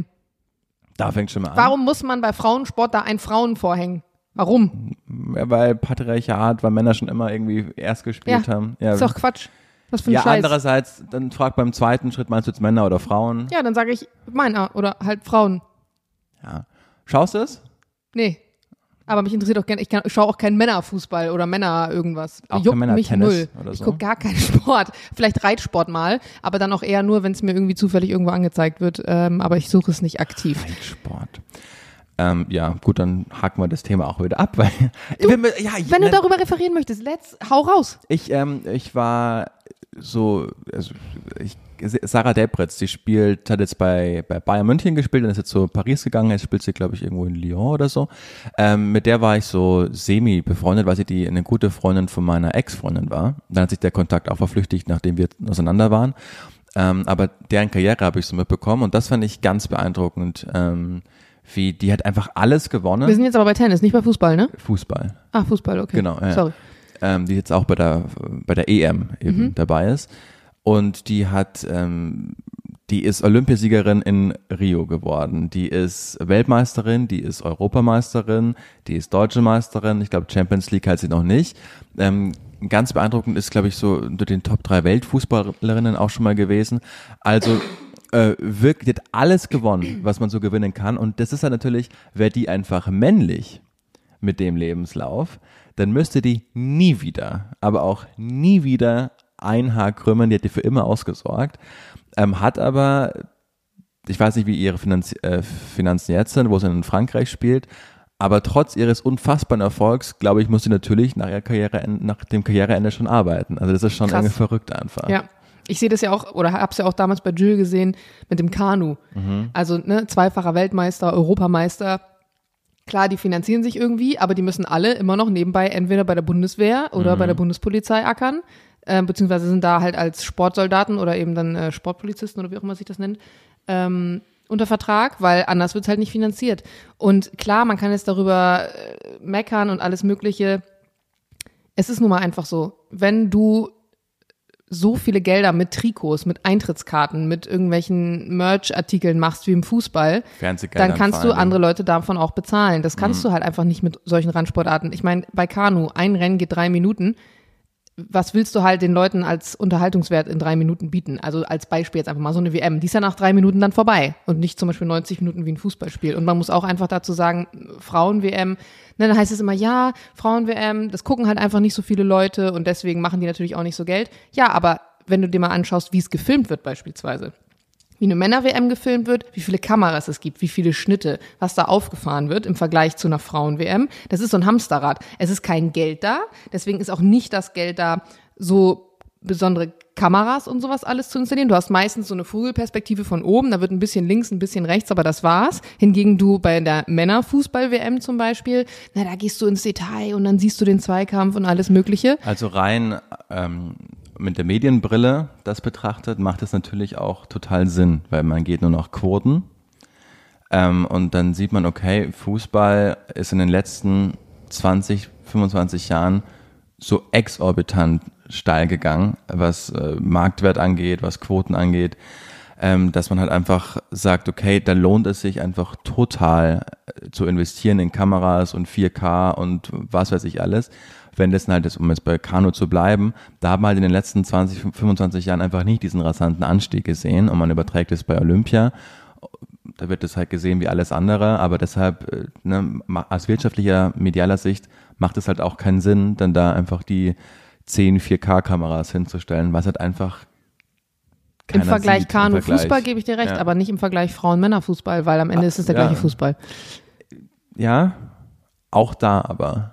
Da fängt schon mal an. Warum muss man bei Frauensport da ein Frauen vorhängen? Warum? Ja, weil Patriarchat, weil Männer schon immer irgendwie erst gespielt haben. Ja, ist doch Quatsch. Was für ein Ja, Scheiß. andererseits, dann frag beim zweiten Schritt, meinst du jetzt Männer oder Frauen? Ja, dann sage ich Männer oder halt Frauen. Ja. Schaust du es? Nee. Aber mich interessiert auch gerne, ich schaue auch keinen Männerfußball oder Männer irgendwas. Auch Juckt kein mich Männertennis null. oder Ich so? gucke gar keinen Sport. Vielleicht Reitsport mal, aber dann auch eher nur, wenn es mir irgendwie zufällig irgendwo angezeigt wird. Aber ich suche es nicht aktiv. Sport. Ja, gut, dann haken wir das Thema auch wieder ab. Weil, Wenn du darüber referieren möchtest, hau raus. Ich war so, also Sarah Delbretz, die hat jetzt bei Bayern München gespielt und ist jetzt so Paris gegangen, jetzt spielt sie, glaube ich, irgendwo in Lyon oder so. Mit der war ich so semi befreundet, weil sie eine gute Freundin von meiner Ex-Freundin war. Dann hat sich der Kontakt auch verflüchtigt, nachdem wir auseinander waren. Aber deren Karriere habe ich so mitbekommen und das fand ich ganz beeindruckend. Die hat einfach alles gewonnen. Wir sind jetzt aber bei Tennis, nicht bei Fußball, ne? Fußball. Ah, Fußball, okay. Genau, ja. Sorry. Die jetzt auch bei der EM eben dabei ist. Und die ist Olympiasiegerin in Rio geworden. Die ist Weltmeisterin, die ist Europameisterin, die ist Deutsche Meisterin. Ich glaube, Champions League halt sie noch nicht. Ganz beeindruckend ist, glaube ich, so unter den Top 3 Weltfußballerinnen auch schon mal gewesen. Also wirklich, die hat alles gewonnen, was man so gewinnen kann. Und das ist halt natürlich, wäre die einfach männlich mit dem Lebenslauf, dann müsste die nie wieder, aber auch nie wieder ein Haar krümmen, die hat die für immer ausgesorgt, hat aber, ich weiß nicht, wie ihre Finanzen jetzt sind, wo sie in Frankreich spielt, aber trotz ihres unfassbaren Erfolgs, glaube ich, muss sie natürlich nach dem Karriereende schon arbeiten. Also das ist schon irgendwie verrückt einfach. Ja. Ich sehe das ja auch, oder hab's ja auch damals bei Jill gesehen, mit dem Kanu. Also, zweifacher Weltmeister, Europameister. Klar, die finanzieren sich irgendwie, aber die müssen alle immer noch nebenbei entweder bei der Bundeswehr oder bei der Bundespolizei ackern, beziehungsweise sind da halt als Sportsoldaten oder eben dann Sportpolizisten oder wie auch immer sich das nennt, unter Vertrag, weil anders wird's halt nicht finanziert. Und klar, man kann jetzt darüber meckern und alles Mögliche. Es ist nun mal einfach so, wenn du so viele Gelder mit Trikots, mit Eintrittskarten, mit irgendwelchen Merch-Artikeln machst wie im Fußball, dann kannst du andere Leute davon auch bezahlen. Das kannst du halt einfach nicht mit solchen Randsportarten. Ich meine, bei Kanu, ein Rennen geht 3 Minuten. Was willst du halt den Leuten als Unterhaltungswert in 3 Minuten bieten? Also als Beispiel jetzt einfach mal so eine WM. Die ist ja nach 3 Minuten dann vorbei und nicht zum Beispiel 90 Minuten wie ein Fußballspiel. Und man muss auch einfach dazu sagen, Frauen-WM, dann heißt es immer, ja, Frauen-WM, das gucken halt einfach nicht so viele Leute und deswegen machen die natürlich auch nicht so Geld. Ja, aber wenn du dir mal anschaust, wie es gefilmt wird beispielsweise, wie eine Männer-WM gefilmt wird, wie viele Kameras es gibt, wie viele Schnitte, was da aufgefahren wird im Vergleich zu einer Frauen-WM. Das ist so ein Hamsterrad. Es ist kein Geld da, deswegen ist auch nicht das Geld da, so besondere Kameras und sowas alles zu installieren. Du hast meistens so eine Vogelperspektive von oben, da wird ein bisschen links, ein bisschen rechts, aber das war's. Hingegen du bei der Männerfußball-WM zum Beispiel, da gehst du ins Detail und dann siehst du den Zweikampf und alles Mögliche. Also rein mit der Medienbrille das betrachtet, macht es natürlich auch total Sinn, weil man geht nur nach Quoten und dann sieht man, okay, Fußball ist in den letzten 20, 25 Jahren so exorbitant steil gegangen, was Marktwert angeht, was Quoten angeht, dass man halt einfach sagt, okay, da lohnt es sich einfach total zu investieren in Kameras und 4K und was weiß ich alles. Wenn das halt ist, um jetzt bei Kanu zu bleiben, da haben wir halt in den letzten 20, 25 Jahren einfach nicht diesen rasanten Anstieg gesehen und man überträgt es bei Olympia. Da wird es halt gesehen wie alles andere, aber deshalb, aus wirtschaftlicher, medialer Sicht macht es halt auch keinen Sinn, dann da einfach die 10 4K-Kameras hinzustellen, was halt einfach keiner im Vergleich sieht, Kanu, Fußball gebe ich dir recht, aber nicht im Vergleich Frauen-Männer-Fußball, weil am Ende ist es der gleiche Fußball. Ja, auch da aber.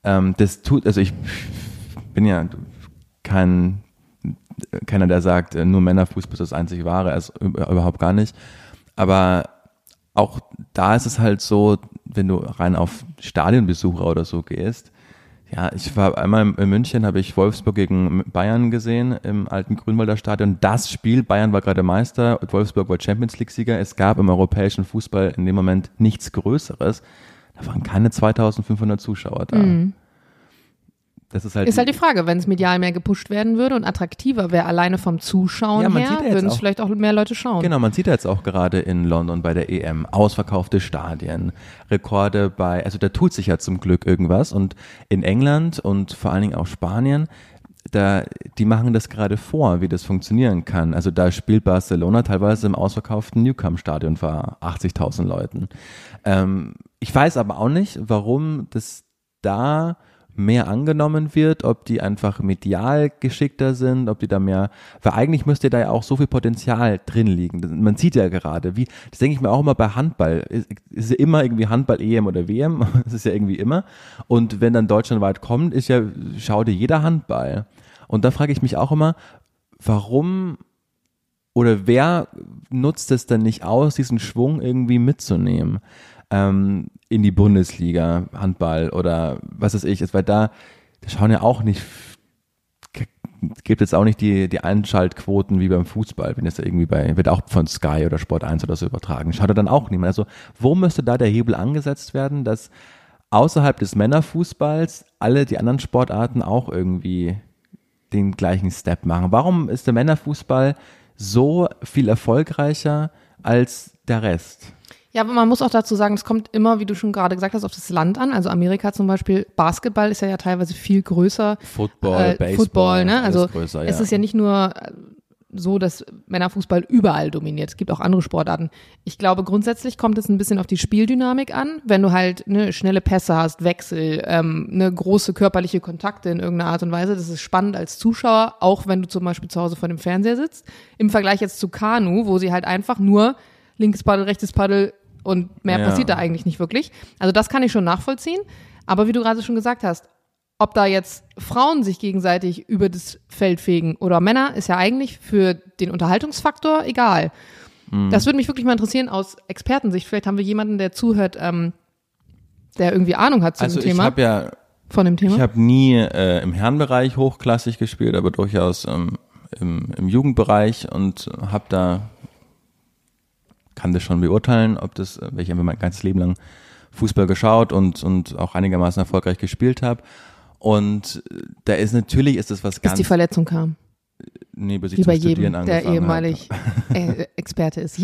Ich bin ja keiner, der sagt, nur Männerfußball ist das einzig Wahre, also überhaupt gar nicht. Aber auch da ist es halt so, wenn du rein auf Stadionbesucher oder so gehst, ja, ich war einmal in München, habe ich Wolfsburg gegen Bayern gesehen im alten Grünwalder Stadion. Das Spiel, Bayern war gerade Meister, Wolfsburg war Champions League-Sieger. Es gab im europäischen Fußball in dem Moment nichts Größeres. Da waren keine 2500 Zuschauer da. Mhm. Das ist halt die Frage, wenn es medial mehr gepusht werden würde und attraktiver wäre, alleine vom Zuschauen her, würden es vielleicht auch mehr Leute schauen. Genau, man sieht ja jetzt auch gerade in London bei der EM ausverkaufte Stadien, Rekorde also da tut sich ja zum Glück irgendwas und in England und vor allen Dingen auch Spanien, die machen das gerade vor, wie das funktionieren kann. Also da spielt Barcelona teilweise im ausverkauften Nou Camp Stadion vor 80.000 Leuten. Ich weiß aber auch nicht, warum das da mehr angenommen wird, ob die einfach medial geschickter sind, ob die da mehr, weil eigentlich müsste da ja auch so viel Potenzial drin liegen. Man sieht ja gerade, das denke ich mir auch immer bei Handball, ist ja immer irgendwie Handball, EM oder WM, das ist ja irgendwie immer. Und wenn dann deutschlandweit kommt, schau dir jeder Handball. Und da frage ich mich auch immer, warum oder wer nutzt es dann nicht aus, diesen Schwung irgendwie mitzunehmen? In die Bundesliga, Handball oder was weiß ich, weil da schauen ja auch nicht, gibt es auch nicht die Einschaltquoten wie beim Fußball, wenn es da irgendwie wird auch von Sky oder Sport 1 oder so übertragen, schaut er dann auch niemand. Also wo müsste da der Hebel angesetzt werden, dass außerhalb des Männerfußballs alle die anderen Sportarten auch irgendwie den gleichen Step machen? Warum ist der Männerfußball so viel erfolgreicher als der Rest? Ja, aber man muss auch dazu sagen, es kommt immer, wie du schon gerade gesagt hast, auf das Land an. Also Amerika zum Beispiel, Basketball ist ja teilweise viel größer. Football, Baseball, Football, ne? Also größer, es ist ja nicht nur so, dass Männerfußball überall dominiert. Es gibt auch andere Sportarten. Ich glaube, grundsätzlich kommt es ein bisschen auf die Spieldynamik an. Wenn du halt schnelle Pässe hast, Wechsel, große körperliche Kontakte in irgendeiner Art und Weise, das ist spannend als Zuschauer, auch wenn du zum Beispiel zu Hause vor dem Fernseher sitzt. Im Vergleich jetzt zu Kanu, wo sie halt einfach nur linkes Paddel, rechtes Paddel und mehr passiert da eigentlich nicht wirklich. Also das kann ich schon nachvollziehen. Aber wie du gerade schon gesagt hast, ob da jetzt Frauen sich gegenseitig über das Feld fegen oder Männer, ist ja eigentlich für den Unterhaltungsfaktor egal. Das würde mich wirklich mal interessieren aus Expertensicht. Vielleicht haben wir jemanden, der zuhört, der irgendwie Ahnung hat zu dem Thema. Von dem Thema. Ich habe nie im Herrenbereich hochklassig gespielt, aber durchaus im Jugendbereich und kann das schon beurteilen, ich habe mein ganzes Leben lang Fußball geschaut und auch einigermaßen erfolgreich gespielt habe. Und natürlich ist das was bis die Verletzung kam. Nee, bis ich wie zum bei Studieren jedem, der ehemalig Experte ist.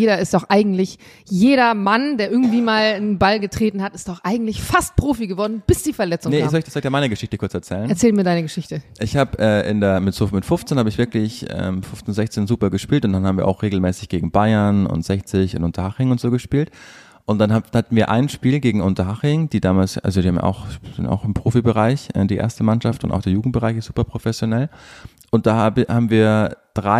Jeder Mann, der irgendwie mal einen Ball getreten hat, ist doch eigentlich fast Profi geworden, bis die Verletzung kam. Soll ich dir meine Geschichte kurz erzählen? Erzähl mir deine Geschichte. Ich habe mit 15 habe ich wirklich 15, 16 super gespielt und dann haben wir auch regelmäßig gegen Bayern und 60 in Unterhaching und so gespielt. Und dann hatten wir ein Spiel gegen Unterhaching, die damals, also die sind auch im Profibereich, die erste Mannschaft und auch der Jugendbereich ist super professionell. Und da haben wir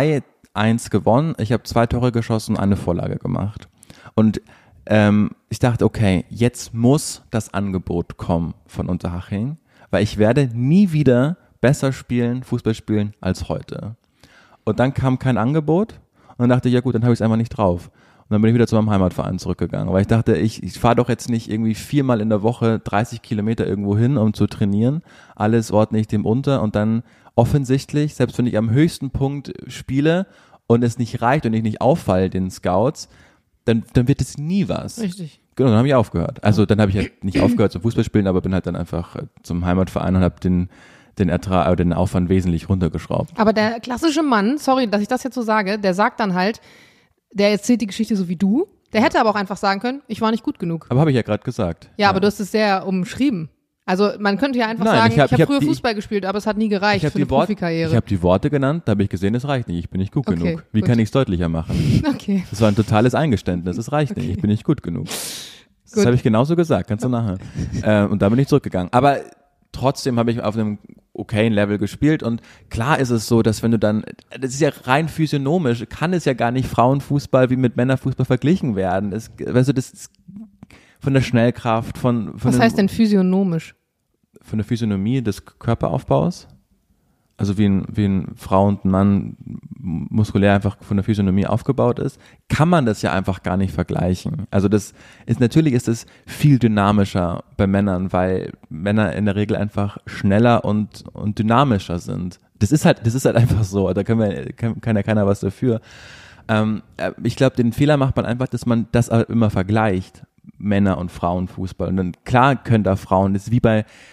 3-1 gewonnen. Ich habe 2 Tore geschossen und eine Vorlage gemacht. Und ich dachte, okay, jetzt muss das Angebot kommen von Unterhaching, weil ich werde nie wieder besser Fußball spielen als heute. Und dann kam kein Angebot und dann dachte ich, ja gut, dann habe ich es einfach nicht drauf. Und dann bin ich wieder zu meinem Heimatverein zurückgegangen, weil ich dachte, ich fahre doch jetzt nicht irgendwie 4-mal in der Woche 30 Kilometer irgendwo hin, um zu trainieren. Alles ordne ich dem unter und dann offensichtlich, selbst wenn ich am höchsten Punkt spiele und es nicht reicht und ich nicht auffalle den Scouts, dann wird es nie was. Richtig. Genau, dann habe ich aufgehört. Also dann habe ich halt nicht aufgehört zum Fußballspielen, aber bin halt dann einfach zum Heimatverein und habe den Aufwand wesentlich runtergeschraubt. Aber der klassische Mann, sorry, dass ich das jetzt so sage, der sagt dann halt, der erzählt die Geschichte so wie du. Der hätte aber auch einfach sagen können, ich war nicht gut genug. Aber habe ich ja gerade gesagt. Ja, aber du hast es sehr umschrieben. Also man könnte ja einfach sagen, ich hab früher Fußball gespielt, aber es hat nie gereicht für eine Profikarriere. Ich habe die Worte genannt, da habe ich gesehen, es reicht nicht, ich bin nicht gut genug. Wie kann ich es deutlicher machen? Okay. Das war ein totales Eingeständnis, es reicht nicht, ich bin nicht gut genug. Das habe ich genauso gesagt, kannst du nachher. Und da bin ich zurückgegangen. Aber trotzdem habe ich auf einem okayen Level gespielt und klar ist es so, dass wenn du dann, das ist ja rein physiognomisch, kann es ja gar nicht Frauenfußball wie mit Männerfußball verglichen werden. Das ist von der Schnellkraft, Was heißt denn physiognomisch? Von der Physiognomie des Körperaufbaus. Also wie ein Frau und ein Mann muskulär einfach von der Physiognomie aufgebaut ist, kann man das ja einfach gar nicht vergleichen. Also natürlich ist es viel dynamischer bei Männern, weil Männer in der Regel einfach schneller und dynamischer sind. Das ist halt einfach so, da kann ja keiner was dafür. Ich glaube, den Fehler macht man einfach, dass man das immer vergleicht, Männer- und Frauenfußball. Und dann, klar können da Frauen, das ist wie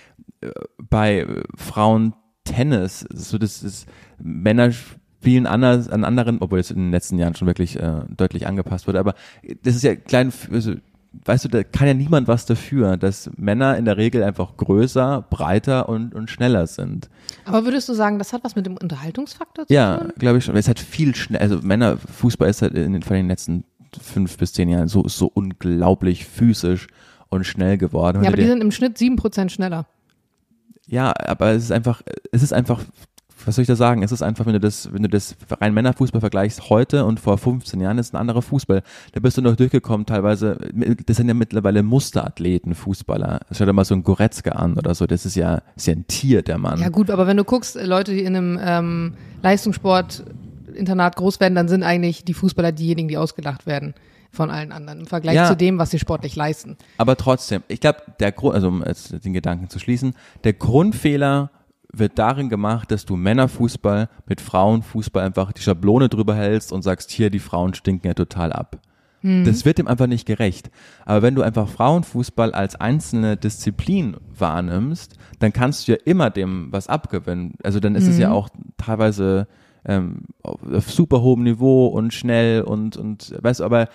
bei Frauen Tennis, so Männer spielen anders an anderen, obwohl es in den letzten Jahren schon wirklich deutlich angepasst wurde, aber das ist ja weißt du, da kann ja niemand was dafür, dass Männer in der Regel einfach größer, breiter und schneller sind. Aber würdest du sagen, das hat was mit dem Unterhaltungsfaktor zu tun? Ja, glaube ich schon. Es hat viel schnell, also Männerfußball ist halt von den letzten 5 bis 10 Jahren so unglaublich physisch und schnell geworden. Ja, aber die sind im Schnitt 7% schneller. Ja, aber es ist einfach, was soll ich da sagen? Es ist einfach, wenn du das rein Männerfußball vergleichst heute und vor 15 Jahren, ist ein anderer Fußball. Da bist du noch durchgekommen teilweise, das sind ja mittlerweile Musterathleten, Fußballer. Schau dir mal so einen Goretzka an oder so, das ist ja ein Tier, der Mann. Ja gut, aber wenn du guckst, Leute, die in einem Leistungssportinternat groß werden, dann sind eigentlich die Fußballer diejenigen, die ausgelacht werden von allen anderen im Vergleich zu dem, was sie sportlich leisten. Aber trotzdem, ich glaube, also um jetzt den Gedanken zu schließen, der Grundfehler wird darin gemacht, dass du Männerfußball mit Frauenfußball einfach die Schablone drüber hältst und sagst, hier, die Frauen stinken ja total ab. Das wird dem einfach nicht gerecht. Aber wenn du einfach Frauenfußball als einzelne Disziplin wahrnimmst, dann kannst du ja immer dem was abgewinnen. Also dann ist es ja auch teilweise auf super hohem Niveau und schnell und weißt du, aber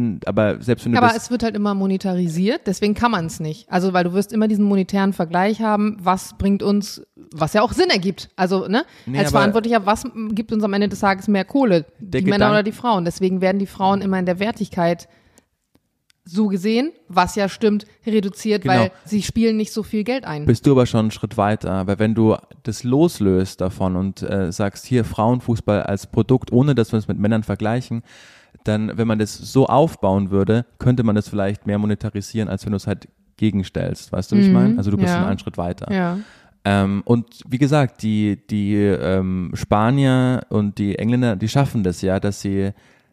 es wird halt immer monetarisiert, deswegen kann man es nicht. Also weil du wirst immer diesen monetären Vergleich haben, was bringt uns, was ja auch Sinn ergibt. Also als Verantwortlicher, was gibt uns am Ende des Tages mehr Kohle, die Männer oder die Frauen? Deswegen werden die Frauen immer in der Wertigkeit so gesehen, was ja stimmt, reduziert, weil sie spielen nicht so viel Geld ein. Bist du aber schon einen Schritt weiter, weil wenn du das loslöst davon und sagst, hier Frauenfußball als Produkt, ohne dass wir es mit Männern vergleichen, dann, wenn man das so aufbauen würde, könnte man das vielleicht mehr monetarisieren, als wenn du es halt gegenstellst, weißt du, wie ich meine? Also du bist schon einen Schritt weiter. Ja. Und wie gesagt, die Spanier und die Engländer, die schaffen das ja, dass sie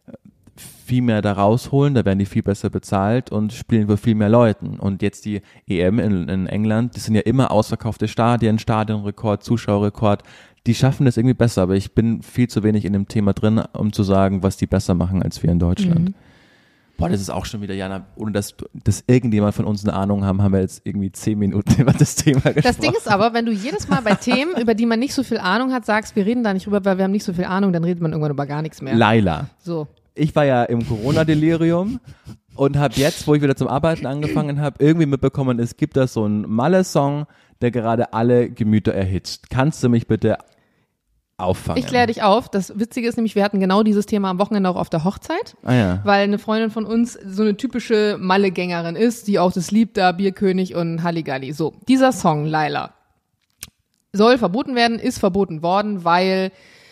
viel mehr da rausholen, da werden die viel besser bezahlt und spielen für viel mehr Leuten. Und jetzt die EM in England, das sind ja immer ausverkaufte Stadien, Stadionrekord, Zuschauerrekord, die schaffen das irgendwie besser, aber ich bin viel zu wenig in dem Thema drin, um zu sagen, was die besser machen als wir in Deutschland. Boah, das ist auch schon wieder, Jana, ohne dass irgendjemand von uns eine Ahnung haben wir jetzt irgendwie 10 Minuten über das Thema gesprochen. Das Ding ist aber, wenn du jedes Mal bei Themen, über die man nicht so viel Ahnung hat, sagst, wir reden da nicht drüber, weil wir haben nicht so viel Ahnung, dann redet man irgendwann über gar nichts mehr. Laila. So. Ich war ja im Corona-Delirium und habe jetzt, wo ich wieder zum Arbeiten angefangen habe, irgendwie mitbekommen, es gibt da so einen Malle-Song, der gerade alle Gemüter erhitzt. Kannst du mich bitte auffangen? Ich kläre dich auf. Das Witzige ist nämlich, wir hatten genau dieses Thema am Wochenende auch auf der Hochzeit, weil eine Freundin von uns so eine typische Malle-Gängerin ist, die auch das liebt, da Bierkönig und Halligalli. So, dieser Song, Laila, soll verboten werden, ist verboten worden, weil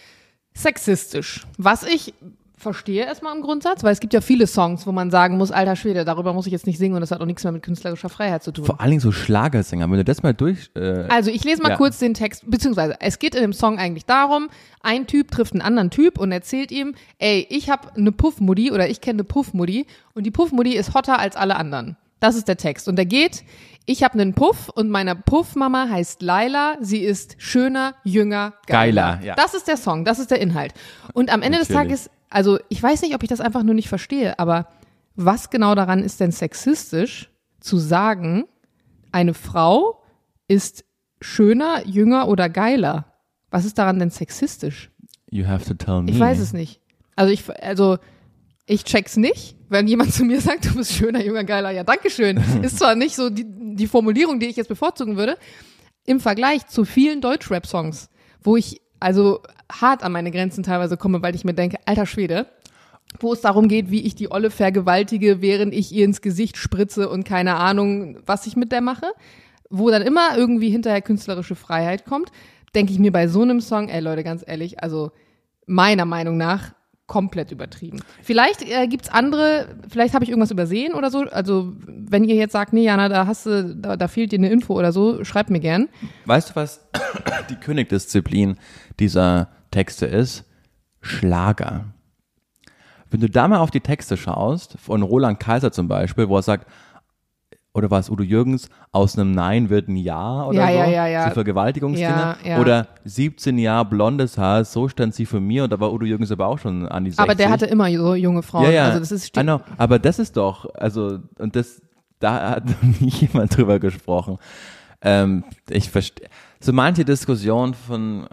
sexistisch. Was ich verstehe erstmal im Grundsatz, weil es gibt ja viele Songs, wo man sagen muss, alter Schwede, darüber muss ich jetzt nicht singen und das hat auch nichts mehr mit künstlerischer Freiheit zu tun. Vor allen Dingen so Schlagersänger, wenn du das mal Also ich lese mal kurz den Text, beziehungsweise es geht in dem Song eigentlich darum, ein Typ trifft einen anderen Typ und erzählt ihm, ey, ich habe eine Puffmudi oder ich kenne eine Puffmudi und die Puffmudi ist hotter als alle anderen. Das ist der Text und der geht, ich habe einen Puff und meine Puffmama heißt Laila, sie ist schöner, jünger, geiler. Ja. Das ist der Song, das ist der Inhalt. Und am Ende des Tages, also ich weiß nicht, ob ich das einfach nur nicht verstehe, aber was genau daran ist denn sexistisch, zu sagen, eine Frau ist schöner, jünger oder geiler? Was ist daran denn sexistisch? You have to tell me. Ich weiß es nicht. Also ich check's nicht, wenn jemand zu mir sagt, du bist schöner, jünger, geiler. Ja, dankeschön. Ist zwar nicht so die Formulierung, die ich jetzt bevorzugen würde, im Vergleich zu vielen Deutschrap-Songs, wo ich also hart an meine Grenzen teilweise komme, weil ich mir denke, alter Schwede, wo es darum geht, wie ich die Olle vergewaltige, während ich ihr ins Gesicht spritze und keine Ahnung, was ich mit der mache, wo dann immer irgendwie hinterher künstlerische Freiheit kommt, denke ich mir bei so einem Song, ey Leute, ganz ehrlich, also meiner Meinung nach komplett übertrieben. Vielleicht gibt's andere, vielleicht habe ich irgendwas übersehen oder so. Also wenn ihr jetzt sagt, nee, Jana, da fehlt dir eine Info oder so, schreibt mir gern. Weißt du, was die Königsdisziplin dieser Texte ist? Schlager. Wenn du da mal auf die Texte schaust, von Roland Kaiser zum Beispiel, wo er sagt, oder war es Udo Jürgens, aus einem Nein wird ein Ja oder so? Ja. So Vergewaltigungsdinger. Ja. Oder 17 Jahre blondes Haar, so stand sie für mir. Und da war Udo Jürgens aber auch schon an die 60. Aber der hatte immer so junge Frauen. Ja. Also das ist genau. Aber das ist doch, also, und da hat noch nie jemand drüber gesprochen. Ich verstehe, so manche Diskussion von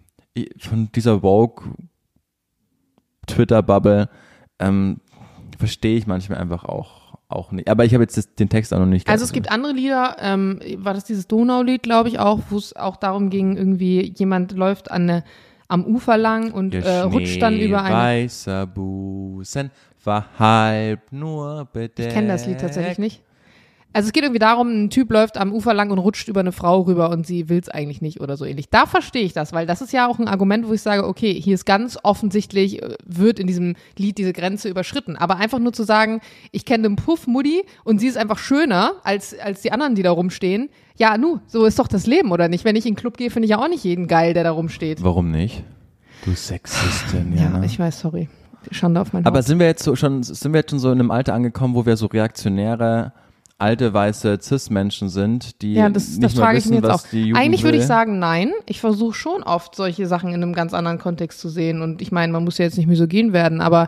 dieser Woke Twitter-Bubble, verstehe ich manchmal einfach auch auch nicht. Aber ich habe jetzt den Text auch noch nicht Also es gibt andere Lieder, war das dieses Donaulied, glaube ich auch, wo es auch darum ging, irgendwie jemand läuft am Ufer lang und rutscht dann über eine... Weißer Busen war halb nur bedeckt. Ich kenne das Lied tatsächlich nicht. Also es geht irgendwie darum, ein Typ läuft am Ufer lang und rutscht über eine Frau rüber und sie will es eigentlich nicht oder so ähnlich. Da verstehe ich das, weil das ist ja auch ein Argument, wo ich sage, okay, hier ist ganz offensichtlich, wird in diesem Lied diese Grenze überschritten. Aber einfach nur zu sagen, ich kenne den Puff Mutti und sie ist einfach schöner als die anderen, die da rumstehen. Ja, so ist doch das Leben, oder nicht? Wenn ich in den Club gehe, finde ich ja auch nicht jeden geil, der da rumsteht. Warum nicht? Du Sexistin, ja. Ja, ich weiß, sorry. Schande auf mein Haupt. Aber sind wir jetzt schon so in einem Alter angekommen, wo wir so reaktionäre alte weiße Cis-Menschen sind, die das nicht mehr wissen, was die Jugend Eigentlich würde will? ich sagen, nein. Ich versuche schon oft solche Sachen in einem ganz anderen Kontext zu sehen. Und ich meine, man muss ja jetzt nicht misogen werden, aber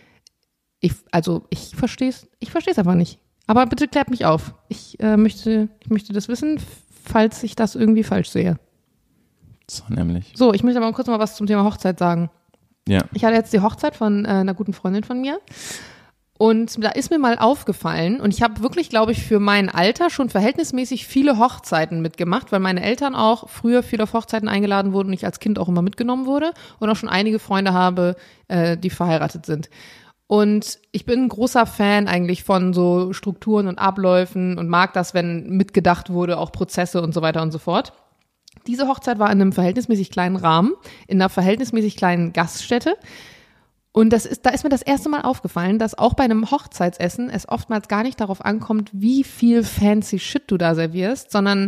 ich verstehe es einfach nicht. Aber bitte klärt mich auf. Ich möchte das wissen, falls ich das irgendwie falsch sehe. So nämlich. So, ich möchte aber kurz mal was zum Thema Hochzeit sagen. Ja. Ich hatte jetzt die Hochzeit von einer guten Freundin von mir. Und da ist mir mal aufgefallen, und ich habe wirklich, glaube ich, für mein Alter schon verhältnismäßig viele Hochzeiten mitgemacht, weil meine Eltern auch früher viel auf Hochzeiten eingeladen wurden und ich als Kind auch immer mitgenommen wurde und auch schon einige Freunde habe, die verheiratet sind. Und ich bin ein großer Fan eigentlich von so Strukturen und Abläufen und mag das, wenn mitgedacht wurde, auch Prozesse und so weiter und so fort. Diese Hochzeit war in einem verhältnismäßig kleinen Rahmen, in einer verhältnismäßig kleinen Gaststätte. Und da ist mir das erste Mal aufgefallen, dass auch bei einem Hochzeitsessen es oftmals gar nicht darauf ankommt, wie viel fancy Shit du da servierst, sondern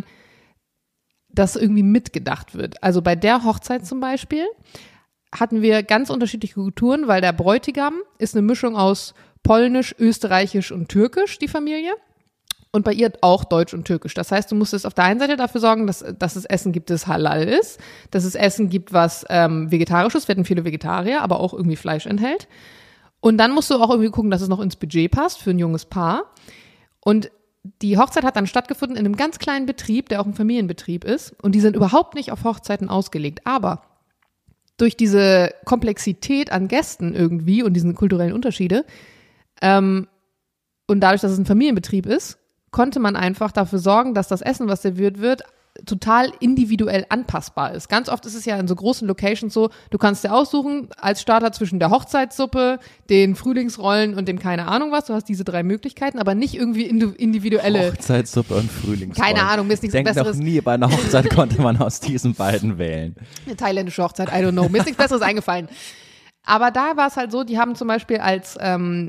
dass irgendwie mitgedacht wird. Also bei der Hochzeit zum Beispiel hatten wir ganz unterschiedliche Kulturen, weil der Bräutigam ist eine Mischung aus Polnisch, Österreichisch und Türkisch, die Familie. Und bei ihr auch Deutsch und Türkisch. Das heißt, du musstest auf der einen Seite dafür sorgen, dass es Essen gibt, das halal ist, dass es Essen gibt, was vegetarisch ist. Wir hatten viele Vegetarier, aber auch irgendwie Fleisch enthält. Und dann musst du auch irgendwie gucken, dass es noch ins Budget passt für ein junges Paar. Und die Hochzeit hat dann stattgefunden in einem ganz kleinen Betrieb, der auch ein Familienbetrieb ist. Und die sind überhaupt nicht auf Hochzeiten ausgelegt. Aber durch diese Komplexität an Gästen irgendwie und diesen kulturellen Unterschiede und dadurch, dass es ein Familienbetrieb ist, konnte man einfach dafür sorgen, dass das Essen, was serviert wird, total individuell anpassbar ist. Ganz oft ist es ja in so großen Locations so, du kannst dir aussuchen, als Starter zwischen der Hochzeitssuppe, den Frühlingsrollen und dem keine Ahnung was, du hast diese 3 Möglichkeiten, aber nicht irgendwie individuelle. Hochzeitssuppe und Frühlingsrollen. Keine Ahnung, mir ist nichts Besseres. Ich denke noch nie, bei einer Hochzeit konnte man aus diesen beiden wählen. Eine thailändische Hochzeit, I don't know, mir ist nichts Besseres eingefallen. Aber da war es halt so, die haben zum Beispiel als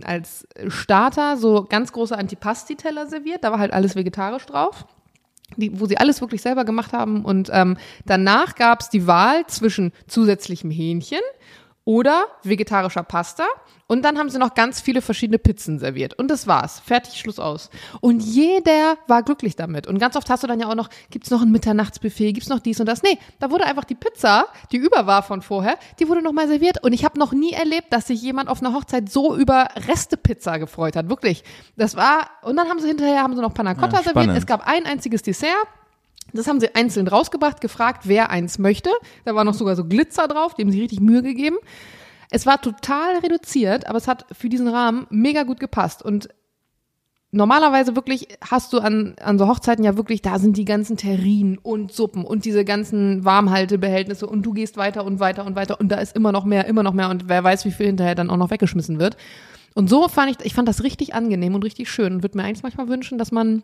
Starter so ganz große Antipasti-Teller serviert. Da war halt alles vegetarisch drauf, wo sie alles wirklich selber gemacht haben. Und danach gab es die Wahl zwischen zusätzlichem Hähnchen oder vegetarischer Pasta. Und dann haben sie noch ganz viele verschiedene Pizzen serviert. Und das war's. Fertig, Schluss aus. Und jeder war glücklich damit. Und ganz oft hast du dann ja auch noch, gibt's noch ein Mitternachtsbuffet, gibt's noch dies und das. Nee, da wurde einfach die Pizza, die über war von vorher, die wurde nochmal serviert. Und ich habe noch nie erlebt, dass sich jemand auf einer Hochzeit so über Restepizza gefreut hat. Wirklich. Das war, und dann haben sie noch Panna Cotta serviert. Es gab ein einziges Dessert. Das haben sie einzeln rausgebracht, gefragt, wer eins möchte. Da war noch sogar so Glitzer drauf, die haben sich richtig Mühe gegeben. Es war total reduziert, aber es hat für diesen Rahmen mega gut gepasst. Und normalerweise wirklich hast du an so Hochzeiten ja wirklich, da sind die ganzen Terrinen und Suppen und diese ganzen Warmhaltebehältnisse und du gehst weiter und weiter und weiter und da ist immer noch mehr und wer weiß, wie viel hinterher dann auch noch weggeschmissen wird. Und so fand das richtig angenehm und richtig schön und würde mir eigentlich manchmal wünschen, dass man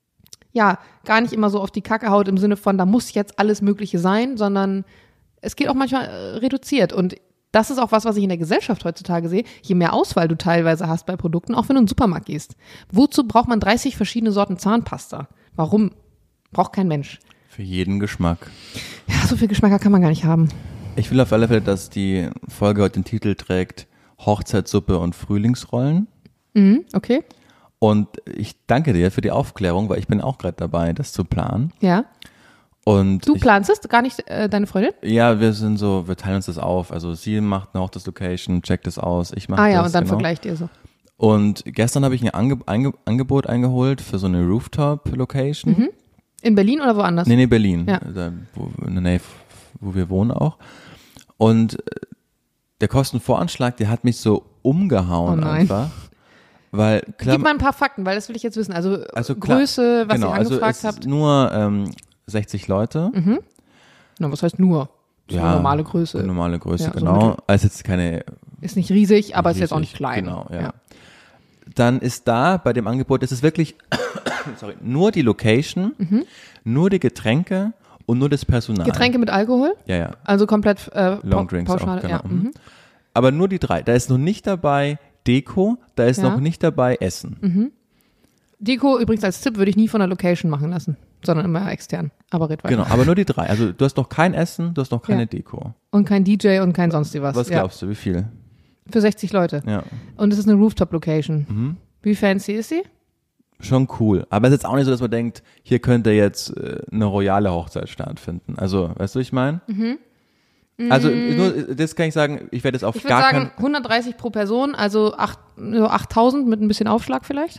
ja gar nicht immer so auf die Kacke haut im Sinne von, da muss jetzt alles Mögliche sein, sondern es geht auch manchmal reduziert. Und das ist auch was ich in der Gesellschaft heutzutage sehe. Je mehr Auswahl du teilweise hast bei Produkten, auch wenn du in den Supermarkt gehst. Wozu braucht man 30 verschiedene Sorten Zahnpasta? Warum? Braucht kein Mensch. Für jeden Geschmack. Ja, so viel Geschmack kann man gar nicht haben. Ich will auf alle Fälle, dass die Folge heute den Titel trägt Hochzeitssuppe und Frühlingsrollen. Okay. Und ich danke dir für die Aufklärung, weil ich bin auch gerade dabei, das zu planen. Ja. Und du planst es, gar nicht deine Freundin? Ja, wir teilen uns das auf. Also sie macht eine Hochzeitslocation, checkt es aus, ich mache das. Und dann vergleicht ihr so. Und gestern habe ich ein Angebot eingeholt für so eine Rooftop-Location. Mhm. In Berlin oder woanders? Nee, Berlin. Ja. In der Nähe, wo wir wohnen auch. Und der Kostenvoranschlag, der hat mich so umgehauen einfach. Weil, klar, Gib mal ein paar Fakten, weil das will ich jetzt wissen. Also klar, Größe, was genau, ihr angefragt also es habt. ist nur 60 Leute. Na, was heißt nur? So eine normale Größe. Eine normale Größe, Ja, so genau. mittel. Also jetzt keine Ist nicht riesig, aber ist jetzt auch nicht riesig, klein. Genau, ja. Dann ist da bei dem Angebot, es ist wirklich nur die Location, nur die Getränke und nur das Personal. Getränke mit Alkohol? Ja. Also komplett Longdrinks pauschal. auch, genau. Ja. Aber nur die 3. Da ist noch nicht dabei Deko, da ist Ja. noch nicht dabei Essen. Deko übrigens als Tipp würde ich nie von der Location machen lassen, sondern immer extern. Aber red weiter. Genau, aber nur die 3. Also du hast noch kein Essen, du hast noch keine Ja. Deko. Und kein DJ und kein sonst was. Was glaubst du, wie viel? Für 60 Leute. Ja. Und es ist eine Rooftop-Location. Wie fancy ist sie? Schon cool. Aber es ist jetzt auch nicht so, dass man denkt, hier könnte jetzt eine royale Hochzeit stattfinden. Also, weißt du, was ich meine? Also, nur, das kann ich sagen, ich werde jetzt auf Ich würde gar sagen 130 pro Person, also 8.000 mit ein bisschen Aufschlag vielleicht.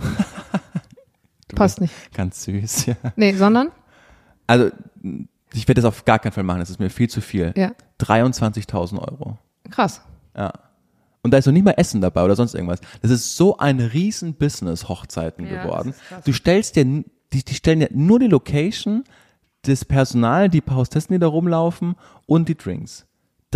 Passt nicht. Ganz süß, ja. Nee, sondern? Also, ich werde das auf gar keinen Fall machen, das ist mir viel zu viel. Ja. 23.000 Euro. Krass. Ja. Und da ist noch nicht mal Essen dabei oder sonst irgendwas. Das ist so ein riesen Business, Hochzeiten Ja, geworden. das ist krass. Du stellst dir, die stellen ja nur die Location, das Personal, die paar Hostessen, die da rumlaufen und die Drinks.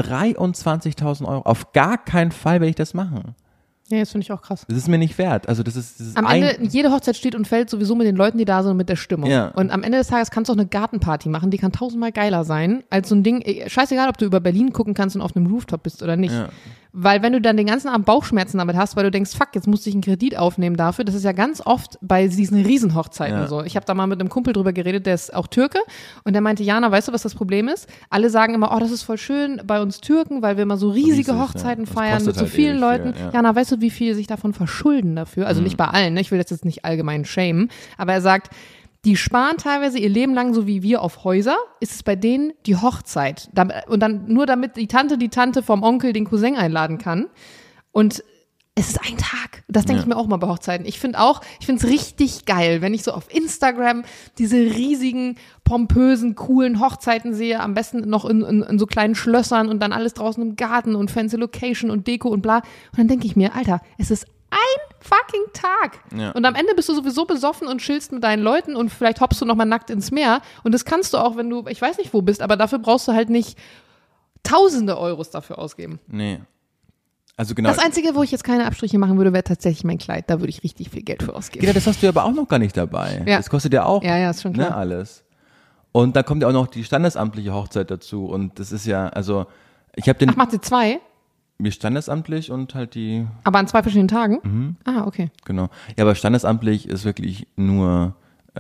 23.000 Euro. Auf gar keinen Fall werde ich das machen. Ja, das finde ich auch krass. Das ist mir nicht wert. Also das ist Am Ende, jede Hochzeit steht und fällt sowieso mit den Leuten, die da sind und mit der Stimmung. Ja. Und am Ende des Tages kannst du auch eine Gartenparty machen, die kann 1000-mal geiler sein, als so ein Ding, scheißegal, ob du über Berlin gucken kannst und auf einem Rooftop bist oder nicht. Ja. Weil wenn du dann den ganzen Abend Bauchschmerzen damit hast, weil du denkst, fuck, jetzt musste ich einen Kredit aufnehmen dafür, das ist ja ganz oft bei diesen Riesenhochzeiten Ja. so. Ich habe da mal mit einem Kumpel drüber geredet, der ist auch Türke und der meinte, Jana, weißt du, was das Problem ist? Alle sagen immer, oh, das ist voll schön bei uns Türken, weil wir immer so riesige Riesig, Hochzeiten ja. Das feiern kostet mit so halt vielen ewig Leuten. viel, ja. Jana, weißt du, wie viel sich davon verschulden dafür? Also nicht bei allen, ne? Ich will das jetzt nicht allgemein shamen, aber er sagt, die sparen teilweise ihr Leben lang, so wie wir, auf Häuser, ist es bei denen die Hochzeit. Und dann nur damit die Tante vom Onkel den Cousin einladen kann. Und es ist ein Tag. Das denke ich mir auch mal bei Hochzeiten. Ich finde es richtig geil, wenn ich so auf Instagram diese riesigen, pompösen, coolen Hochzeiten sehe, am besten noch in so kleinen Schlössern und dann alles draußen im Garten und fancy Location und Deko und bla. Und dann denke ich mir, Alter, es ist ein fucking Tag. Ja. Und am Ende bist du sowieso besoffen und chillst mit deinen Leuten und vielleicht hoppst du noch mal nackt ins Meer. Und das kannst du auch, wenn du, ich weiß nicht wo bist, aber dafür brauchst du halt nicht tausende Euros dafür ausgeben. Nee. Also genau. Das Einzige, wo ich jetzt keine Abstriche machen würde, wäre tatsächlich mein Kleid. Da würde ich richtig viel Geld für ausgeben. Genau, das hast du aber auch noch gar nicht dabei. Ja. Das kostet ja auch Ja, ist schon klar. ne, alles. Und dann kommt ja auch noch die standesamtliche Hochzeit dazu. Und das ist ja, also ich habe den Ach, macht sie zwei? mir standesamtlich und halt die, Aber an zwei verschiedenen Tagen? Ah, okay. genau. Ja, aber standesamtlich ist wirklich nur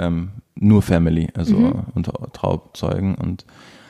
Family, also unter Trauzeugen und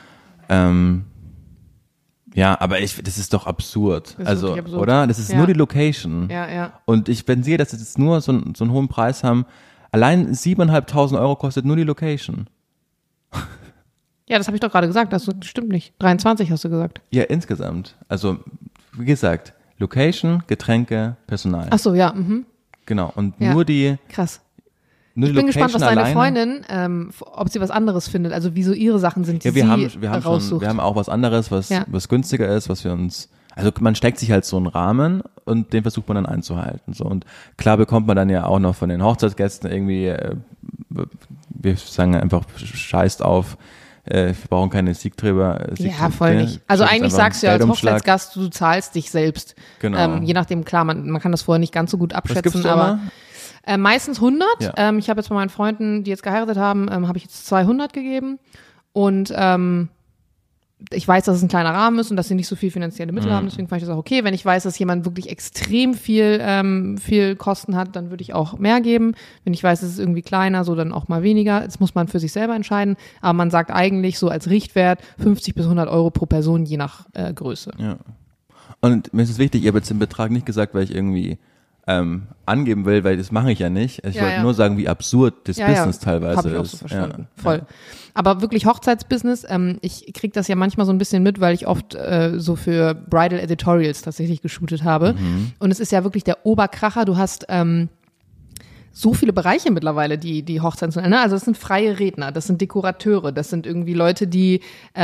ja, aber das ist doch absurd. Das ist Also, wirklich absurd. oder? Das ist Ja. nur die Location. Ja. Und wenn sehe, dass sie jetzt nur so einen hohen Preis haben, allein 7.500 Euro kostet nur die Location. Ja, das habe ich doch gerade gesagt. Das stimmt nicht. 23 hast du gesagt. Ja, insgesamt. Also, wie gesagt, Location, Getränke, Personal. Ach so, ja. Mhm. Genau. Und Ja. nur die Krass. Nur Ich die bin gespannt, was Location deine alleine. Freundin, ob sie was anderes findet. Also wie so ihre Sachen sind, die Ja, wir sie haben raussucht. wir haben auch was anderes, was günstiger ist, was wir uns, also man steckt sich halt so einen Rahmen und den versucht man dann einzuhalten, so. Und klar bekommt man dann ja auch noch von den Hochzeitsgästen irgendwie, wir sagen einfach, scheißt auf, wir brauchen keine Siegträger. Ja, voll nicht. Also eigentlich sagst du ja als Geldumschlag. Hochzeitsgast, du zahlst dich selbst. Genau. Je nachdem, klar, man kann das vorher nicht ganz so gut Was abschätzen, gibst du aber immer? Meistens 100. Ja. Ich habe jetzt bei meinen Freunden, die jetzt geheiratet haben, habe ich jetzt 200 gegeben. Und ich weiß, dass es ein kleiner Rahmen ist und dass sie nicht so viel finanzielle Mittel haben. Deswegen fand ich das auch okay. Wenn ich weiß, dass jemand wirklich extrem viel Kosten hat, dann würde ich auch mehr geben. Wenn ich weiß, es ist irgendwie kleiner, so dann auch mal weniger. Das muss man für sich selber entscheiden. Aber man sagt eigentlich so als Richtwert 50 bis 100 Euro pro Person, je nach Größe. Ja. Und mir ist es wichtig, ich habe jetzt den Betrag nicht gesagt, weil ich irgendwie angeben will, weil das mache ich ja nicht. Ich wollte nur sagen, wie absurd das Business teilweise Habe ich auch ist. so verstanden. Ja. Voll. Aber wirklich Hochzeitsbusiness, ich kriege das ja manchmal so ein bisschen mit, weil ich oft so für Bridal Editorials tatsächlich geshootet habe. Und es ist ja wirklich der Oberkracher. Du hast so viele Bereiche mittlerweile, die Hochzeiten, ne? Also das sind freie Redner, das sind Dekorateure, das sind irgendwie Leute, die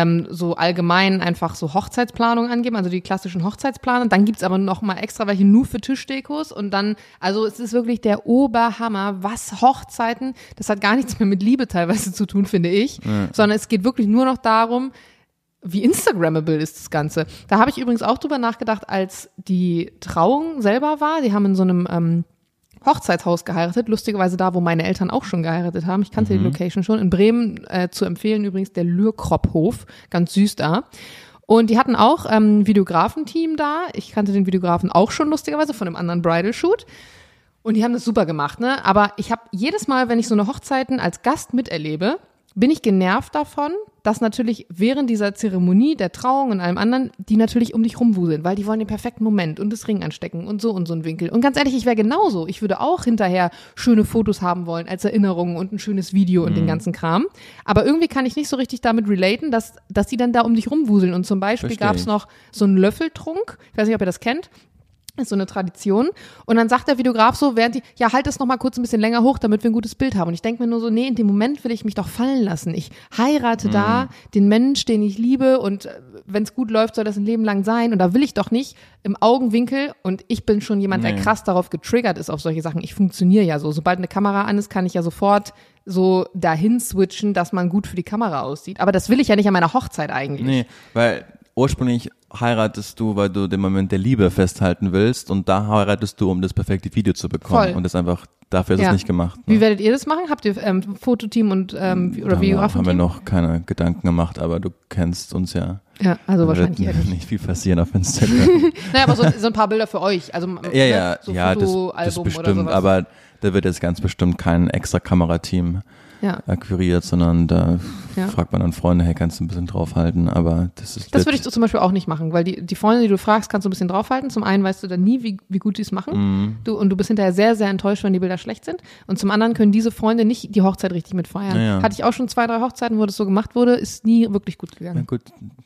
so allgemein einfach so Hochzeitsplanung angeben, also die klassischen Hochzeitsplaner. Dann gibt's aber noch mal extra welche nur für Tischdekos und dann, also es ist wirklich der Oberhammer, was Hochzeiten, das hat gar nichts mehr mit Liebe teilweise zu tun, finde ich, sondern es geht wirklich nur noch darum, wie Instagrammable ist das Ganze. Da habe ich übrigens auch drüber nachgedacht, als die Trauung selber war. Die haben in so einem Hochzeitshaus geheiratet, lustigerweise da, wo meine Eltern auch schon geheiratet haben. Ich kannte die Location schon. In Bremen zu empfehlen übrigens der Lürkrophof, ganz süß da. Und die hatten auch ein Videografenteam da. Ich kannte den Videografen auch schon lustigerweise von einem anderen Bridal-Shoot. Und die haben das super gemacht, ne? Aber ich habe jedes Mal, wenn ich so eine Hochzeiten als Gast miterlebe, bin ich genervt davon, dass natürlich während dieser Zeremonie, der Trauung und allem anderen, die natürlich um dich rumwuseln, weil die wollen den perfekten Moment und das Ring anstecken und so ein Winkel. Und ganz ehrlich, ich wäre genauso. Ich würde auch hinterher schöne Fotos haben wollen als Erinnerung und ein schönes Video und den ganzen Kram. Aber irgendwie kann ich nicht so richtig damit relaten, dass die dann da um dich rumwuseln. Und zum Beispiel gab es noch so einen Löffeltrunk. Ich weiß nicht, ob ihr das kennt. Ist so eine Tradition. Und dann sagt der Videograf so, während halt es noch mal kurz ein bisschen länger hoch, damit wir ein gutes Bild haben. Und ich denke mir nur so, nee, in dem Moment will ich mich doch fallen lassen. Ich heirate da den Mensch, den ich liebe und wenn es gut läuft, soll das ein Leben lang sein. Und da will ich doch nicht im Augenwinkel und ich bin schon jemand, der krass darauf getriggert ist auf solche Sachen. Ich funktioniere ja so. Sobald eine Kamera an ist, kann ich ja sofort so dahin switchen, dass man gut für die Kamera aussieht. Aber das will ich ja nicht an meiner Hochzeit eigentlich. Nee, weil ursprünglich heiratest du, weil du den Moment der Liebe festhalten willst und da heiratest du, um das perfekte Video zu bekommen. Voll. Und das einfach, dafür ist es nicht gemacht. Ne? Wie werdet ihr das machen? Habt ihr Fototeam und oder Videografen? Haben wir noch keine Gedanken gemacht, aber du kennst uns ja. Ja, also wahrscheinlich wird nicht viel passieren auf Instagram. Naja, aber so ein paar Bilder für euch. Also ja, so das bestimmt, oder sowas. aber da wird jetzt ganz bestimmt kein extra Kamerateam akquiriert, sondern da fragt man dann Freunde, hey, kannst du ein bisschen draufhalten, aber das würde ich so zum Beispiel auch nicht machen, weil die Freunde, die du fragst, kannst du ein bisschen draufhalten. Zum einen weißt du dann nie, wie gut die es machen. Du bist hinterher sehr, sehr enttäuscht, wenn die Bilder schlecht sind. Und zum anderen können diese Freunde nicht die Hochzeit richtig mitfeiern. Ja. Hatte ich auch schon 2, 3 Hochzeiten, wo das so gemacht wurde, ist nie wirklich gut gegangen. Ja, gut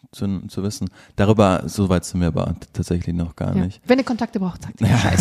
zu wissen. Darüber, so weit sind wir aber tatsächlich noch gar nicht. Wenn ihr Kontakte braucht, sagt ihr Bescheid.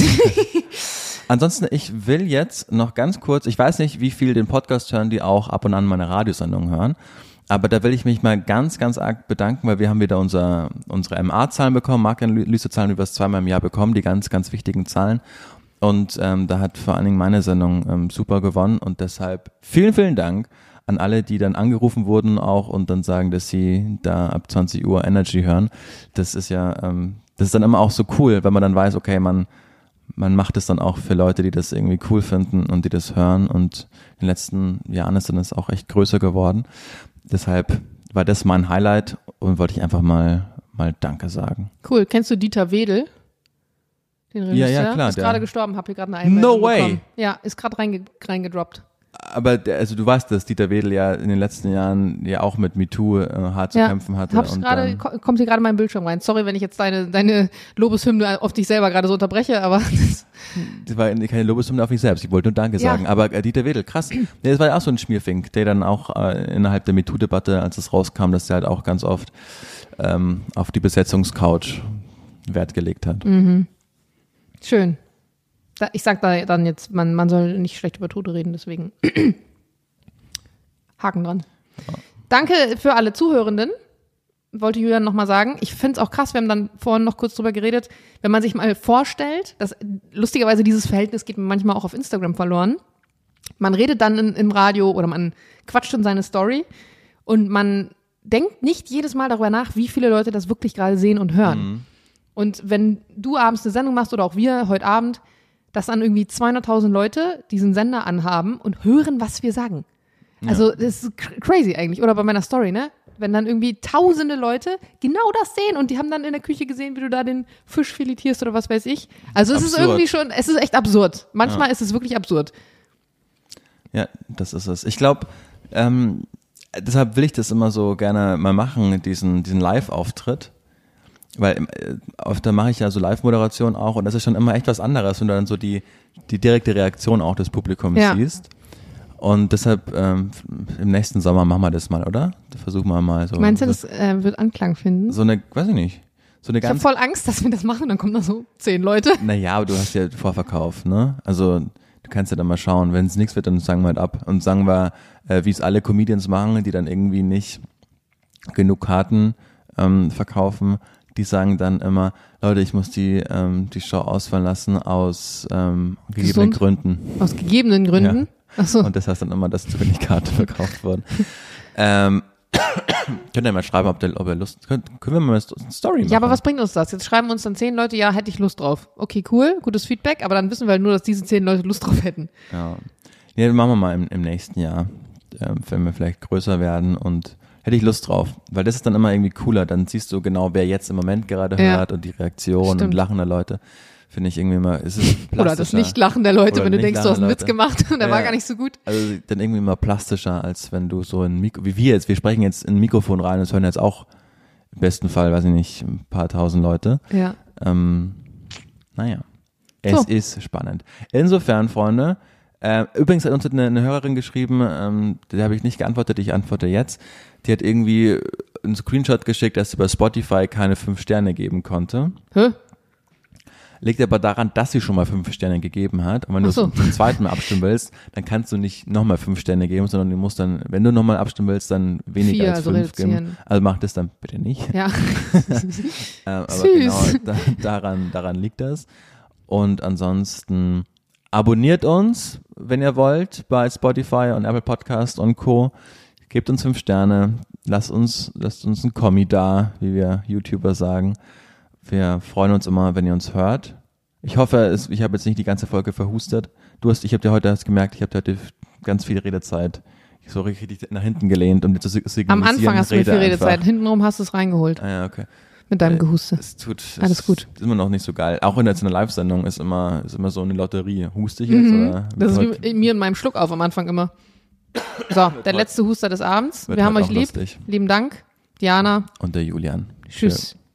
Ansonsten, ich will jetzt noch ganz kurz, ich weiß nicht, wie viel den Podcast hören, die auch ab und an meine Radiosendung hören, aber da will ich mich mal ganz, ganz arg bedanken, weil wir haben wieder unsere MA-Zahlen bekommen, Marktanalyse-Zahlen, die wir es 2-mal im Jahr bekommen, die ganz, ganz wichtigen Zahlen. Und da hat vor allen Dingen meine Sendung super gewonnen und deshalb vielen, vielen Dank an alle, die dann angerufen wurden auch und dann sagen, dass sie da ab 20 Uhr Energy hören. Das ist ja, das ist dann immer auch so cool, wenn man dann weiß, okay, man macht es dann auch für Leute, die das irgendwie cool finden und die das hören und in den letzten Jahren ist dann das auch echt größer geworden. Deshalb war das mein Highlight und wollte ich einfach mal Danke sagen. Cool. Kennst du Dieter Wedel? Den Regisseur? Ja, klar. Ist gerade gestorben, hab hier gerade eine E-Mail No way! bekommen. Ja, ist gerade reingedroppt. Aber also du weißt, dass Dieter Wedel ja in den letzten Jahren ja auch mit MeToo hart zu kämpfen hatte. Kommt hier gerade mein Bildschirm rein. Sorry, wenn ich jetzt deine Lobeshymne auf dich selber gerade so unterbreche, aber das war keine Lobeshymne auf mich selbst. Ich wollte nur Danke sagen. Aber Dieter Wedel, krass. Das war ja auch so ein Schmierfink, der dann auch innerhalb der MeToo-Debatte, als es rauskam, dass der halt auch ganz oft auf die Besetzungscouch Wert gelegt hat. Mhm. Schön. Ich sag da dann jetzt, man soll nicht schlecht über Tote reden, deswegen Haken dran. Ja. Danke für alle Zuhörenden, wollte Julian nochmal sagen. Ich finde es auch krass, wir haben dann vorhin noch kurz drüber geredet, wenn man sich mal vorstellt, dass lustigerweise dieses Verhältnis geht mir manchmal auch auf Instagram verloren. Man redet dann im Radio oder man quatscht in seine Story und man denkt nicht jedes Mal darüber nach, wie viele Leute das wirklich gerade sehen und hören. Mhm. Und wenn du abends eine Sendung machst oder auch wir heute Abend, dass dann irgendwie 200.000 Leute diesen Sender anhaben und hören, was wir sagen. Ja. Also das ist crazy eigentlich. Oder bei meiner Story, ne? Wenn dann irgendwie tausende Leute genau das sehen und die haben dann in der Küche gesehen, wie du da den Fisch filetierst oder was weiß ich. Also es ist irgendwie schon, es ist echt absurd. Manchmal ist es wirklich absurd. Ja, das ist es. Ich glaube, deshalb will ich das immer so gerne mal machen, diesen Live-Auftritt. Weil öfter mache ich ja so Live-Moderation auch und das ist schon immer echt was anderes, wenn du dann so die direkte Reaktion auch des Publikums siehst. Und deshalb im nächsten Sommer machen wir das mal, oder? Versuchen wir mal so. Meinst du, das wird Anklang finden? So eine, weiß ich nicht. So eine ich habe voll Angst, dass wir das machen, dann kommen da so 10 Leute. Naja, aber du hast ja Vorverkauf, ne? Also Du kannst ja dann mal schauen, wenn es nichts wird, dann sagen wir halt ab. Und sagen wir, wie es alle Comedians machen, die dann irgendwie nicht genug Karten verkaufen, die sagen dann immer, Leute, ich muss die Show ausfallen lassen aus gegebenen Gründen. Aus gegebenen Gründen? Ja. Ach so. Und das heißt dann immer, dass zu wenig Karten verkauft wurden. Könnt ihr mal schreiben, ob ihr Lust können wir mal eine Story machen? Ja, aber was bringt uns das? Jetzt schreiben uns dann 10 Leute, ja, hätte ich Lust drauf. Okay, cool, gutes Feedback, aber dann wissen wir halt nur, dass diese 10 Leute Lust drauf hätten. Ja, dann machen wir mal im nächsten Jahr, wenn wir vielleicht größer werden und hätte ich Lust drauf, weil das ist dann immer irgendwie cooler, dann siehst du genau, wer jetzt im Moment gerade hört und die Reaktion und Lachen der Leute. Finde ich irgendwie immer, ist es plastischer. Oder das Nicht-Lachen der Leute, wenn du denkst, du hast einen Witz gemacht und der war gar nicht so gut. Also dann irgendwie immer plastischer, als wenn du so ein Mikro, wie wir jetzt, wir sprechen jetzt in ein Mikrofon rein und es hören jetzt auch im besten Fall, weiß ich nicht, ein paar tausend Leute. Ja. Naja, es ist spannend. Insofern, Freunde, übrigens hat uns eine Hörerin geschrieben, der habe ich nicht geantwortet, ich antworte jetzt. Die hat irgendwie einen Screenshot geschickt, dass sie bei Spotify keine 5 Sterne geben konnte. Hä? Liegt aber daran, dass sie schon mal 5 Sterne gegeben hat. Und wenn du zum zweiten Mal abstimmen willst, dann kannst du nicht nochmal 5 Sterne geben, sondern du musst dann, wenn du nochmal abstimmen willst, dann weniger 4, als 5 reduzieren. geben. Also mach das dann bitte nicht. Ja. Aber Süß. genau, daran liegt das. Und ansonsten abonniert uns, wenn ihr wollt, bei Spotify und Apple Podcast und Co. Gebt uns 5 Sterne. Lasst uns ein Kommi da, wie wir YouTuber sagen. Wir freuen uns immer, wenn ihr uns hört. Ich hoffe, ich habe jetzt nicht die ganze Folge verhustet. Ich habe dir heute gemerkt, ich habe heute ganz viel Redezeit so richtig nach hinten gelehnt, um dir zu signalisieren. Am Anfang hast du mit viel Redezeit, hintenrum hast du es reingeholt. Ah ja, okay. Mit deinem Gehuste. Alles gut. Ist immer noch nicht so geil. Auch in der Live-Sendung ist immer so eine Lotterie. Huste ich jetzt? Oder Das ist wie mir und meinem Schluck auf am Anfang immer. So, der letzte Huster des Abends. Wir haben euch lieb. Lustig. Lieben Dank. Diana. Und der Julian. Tschüss.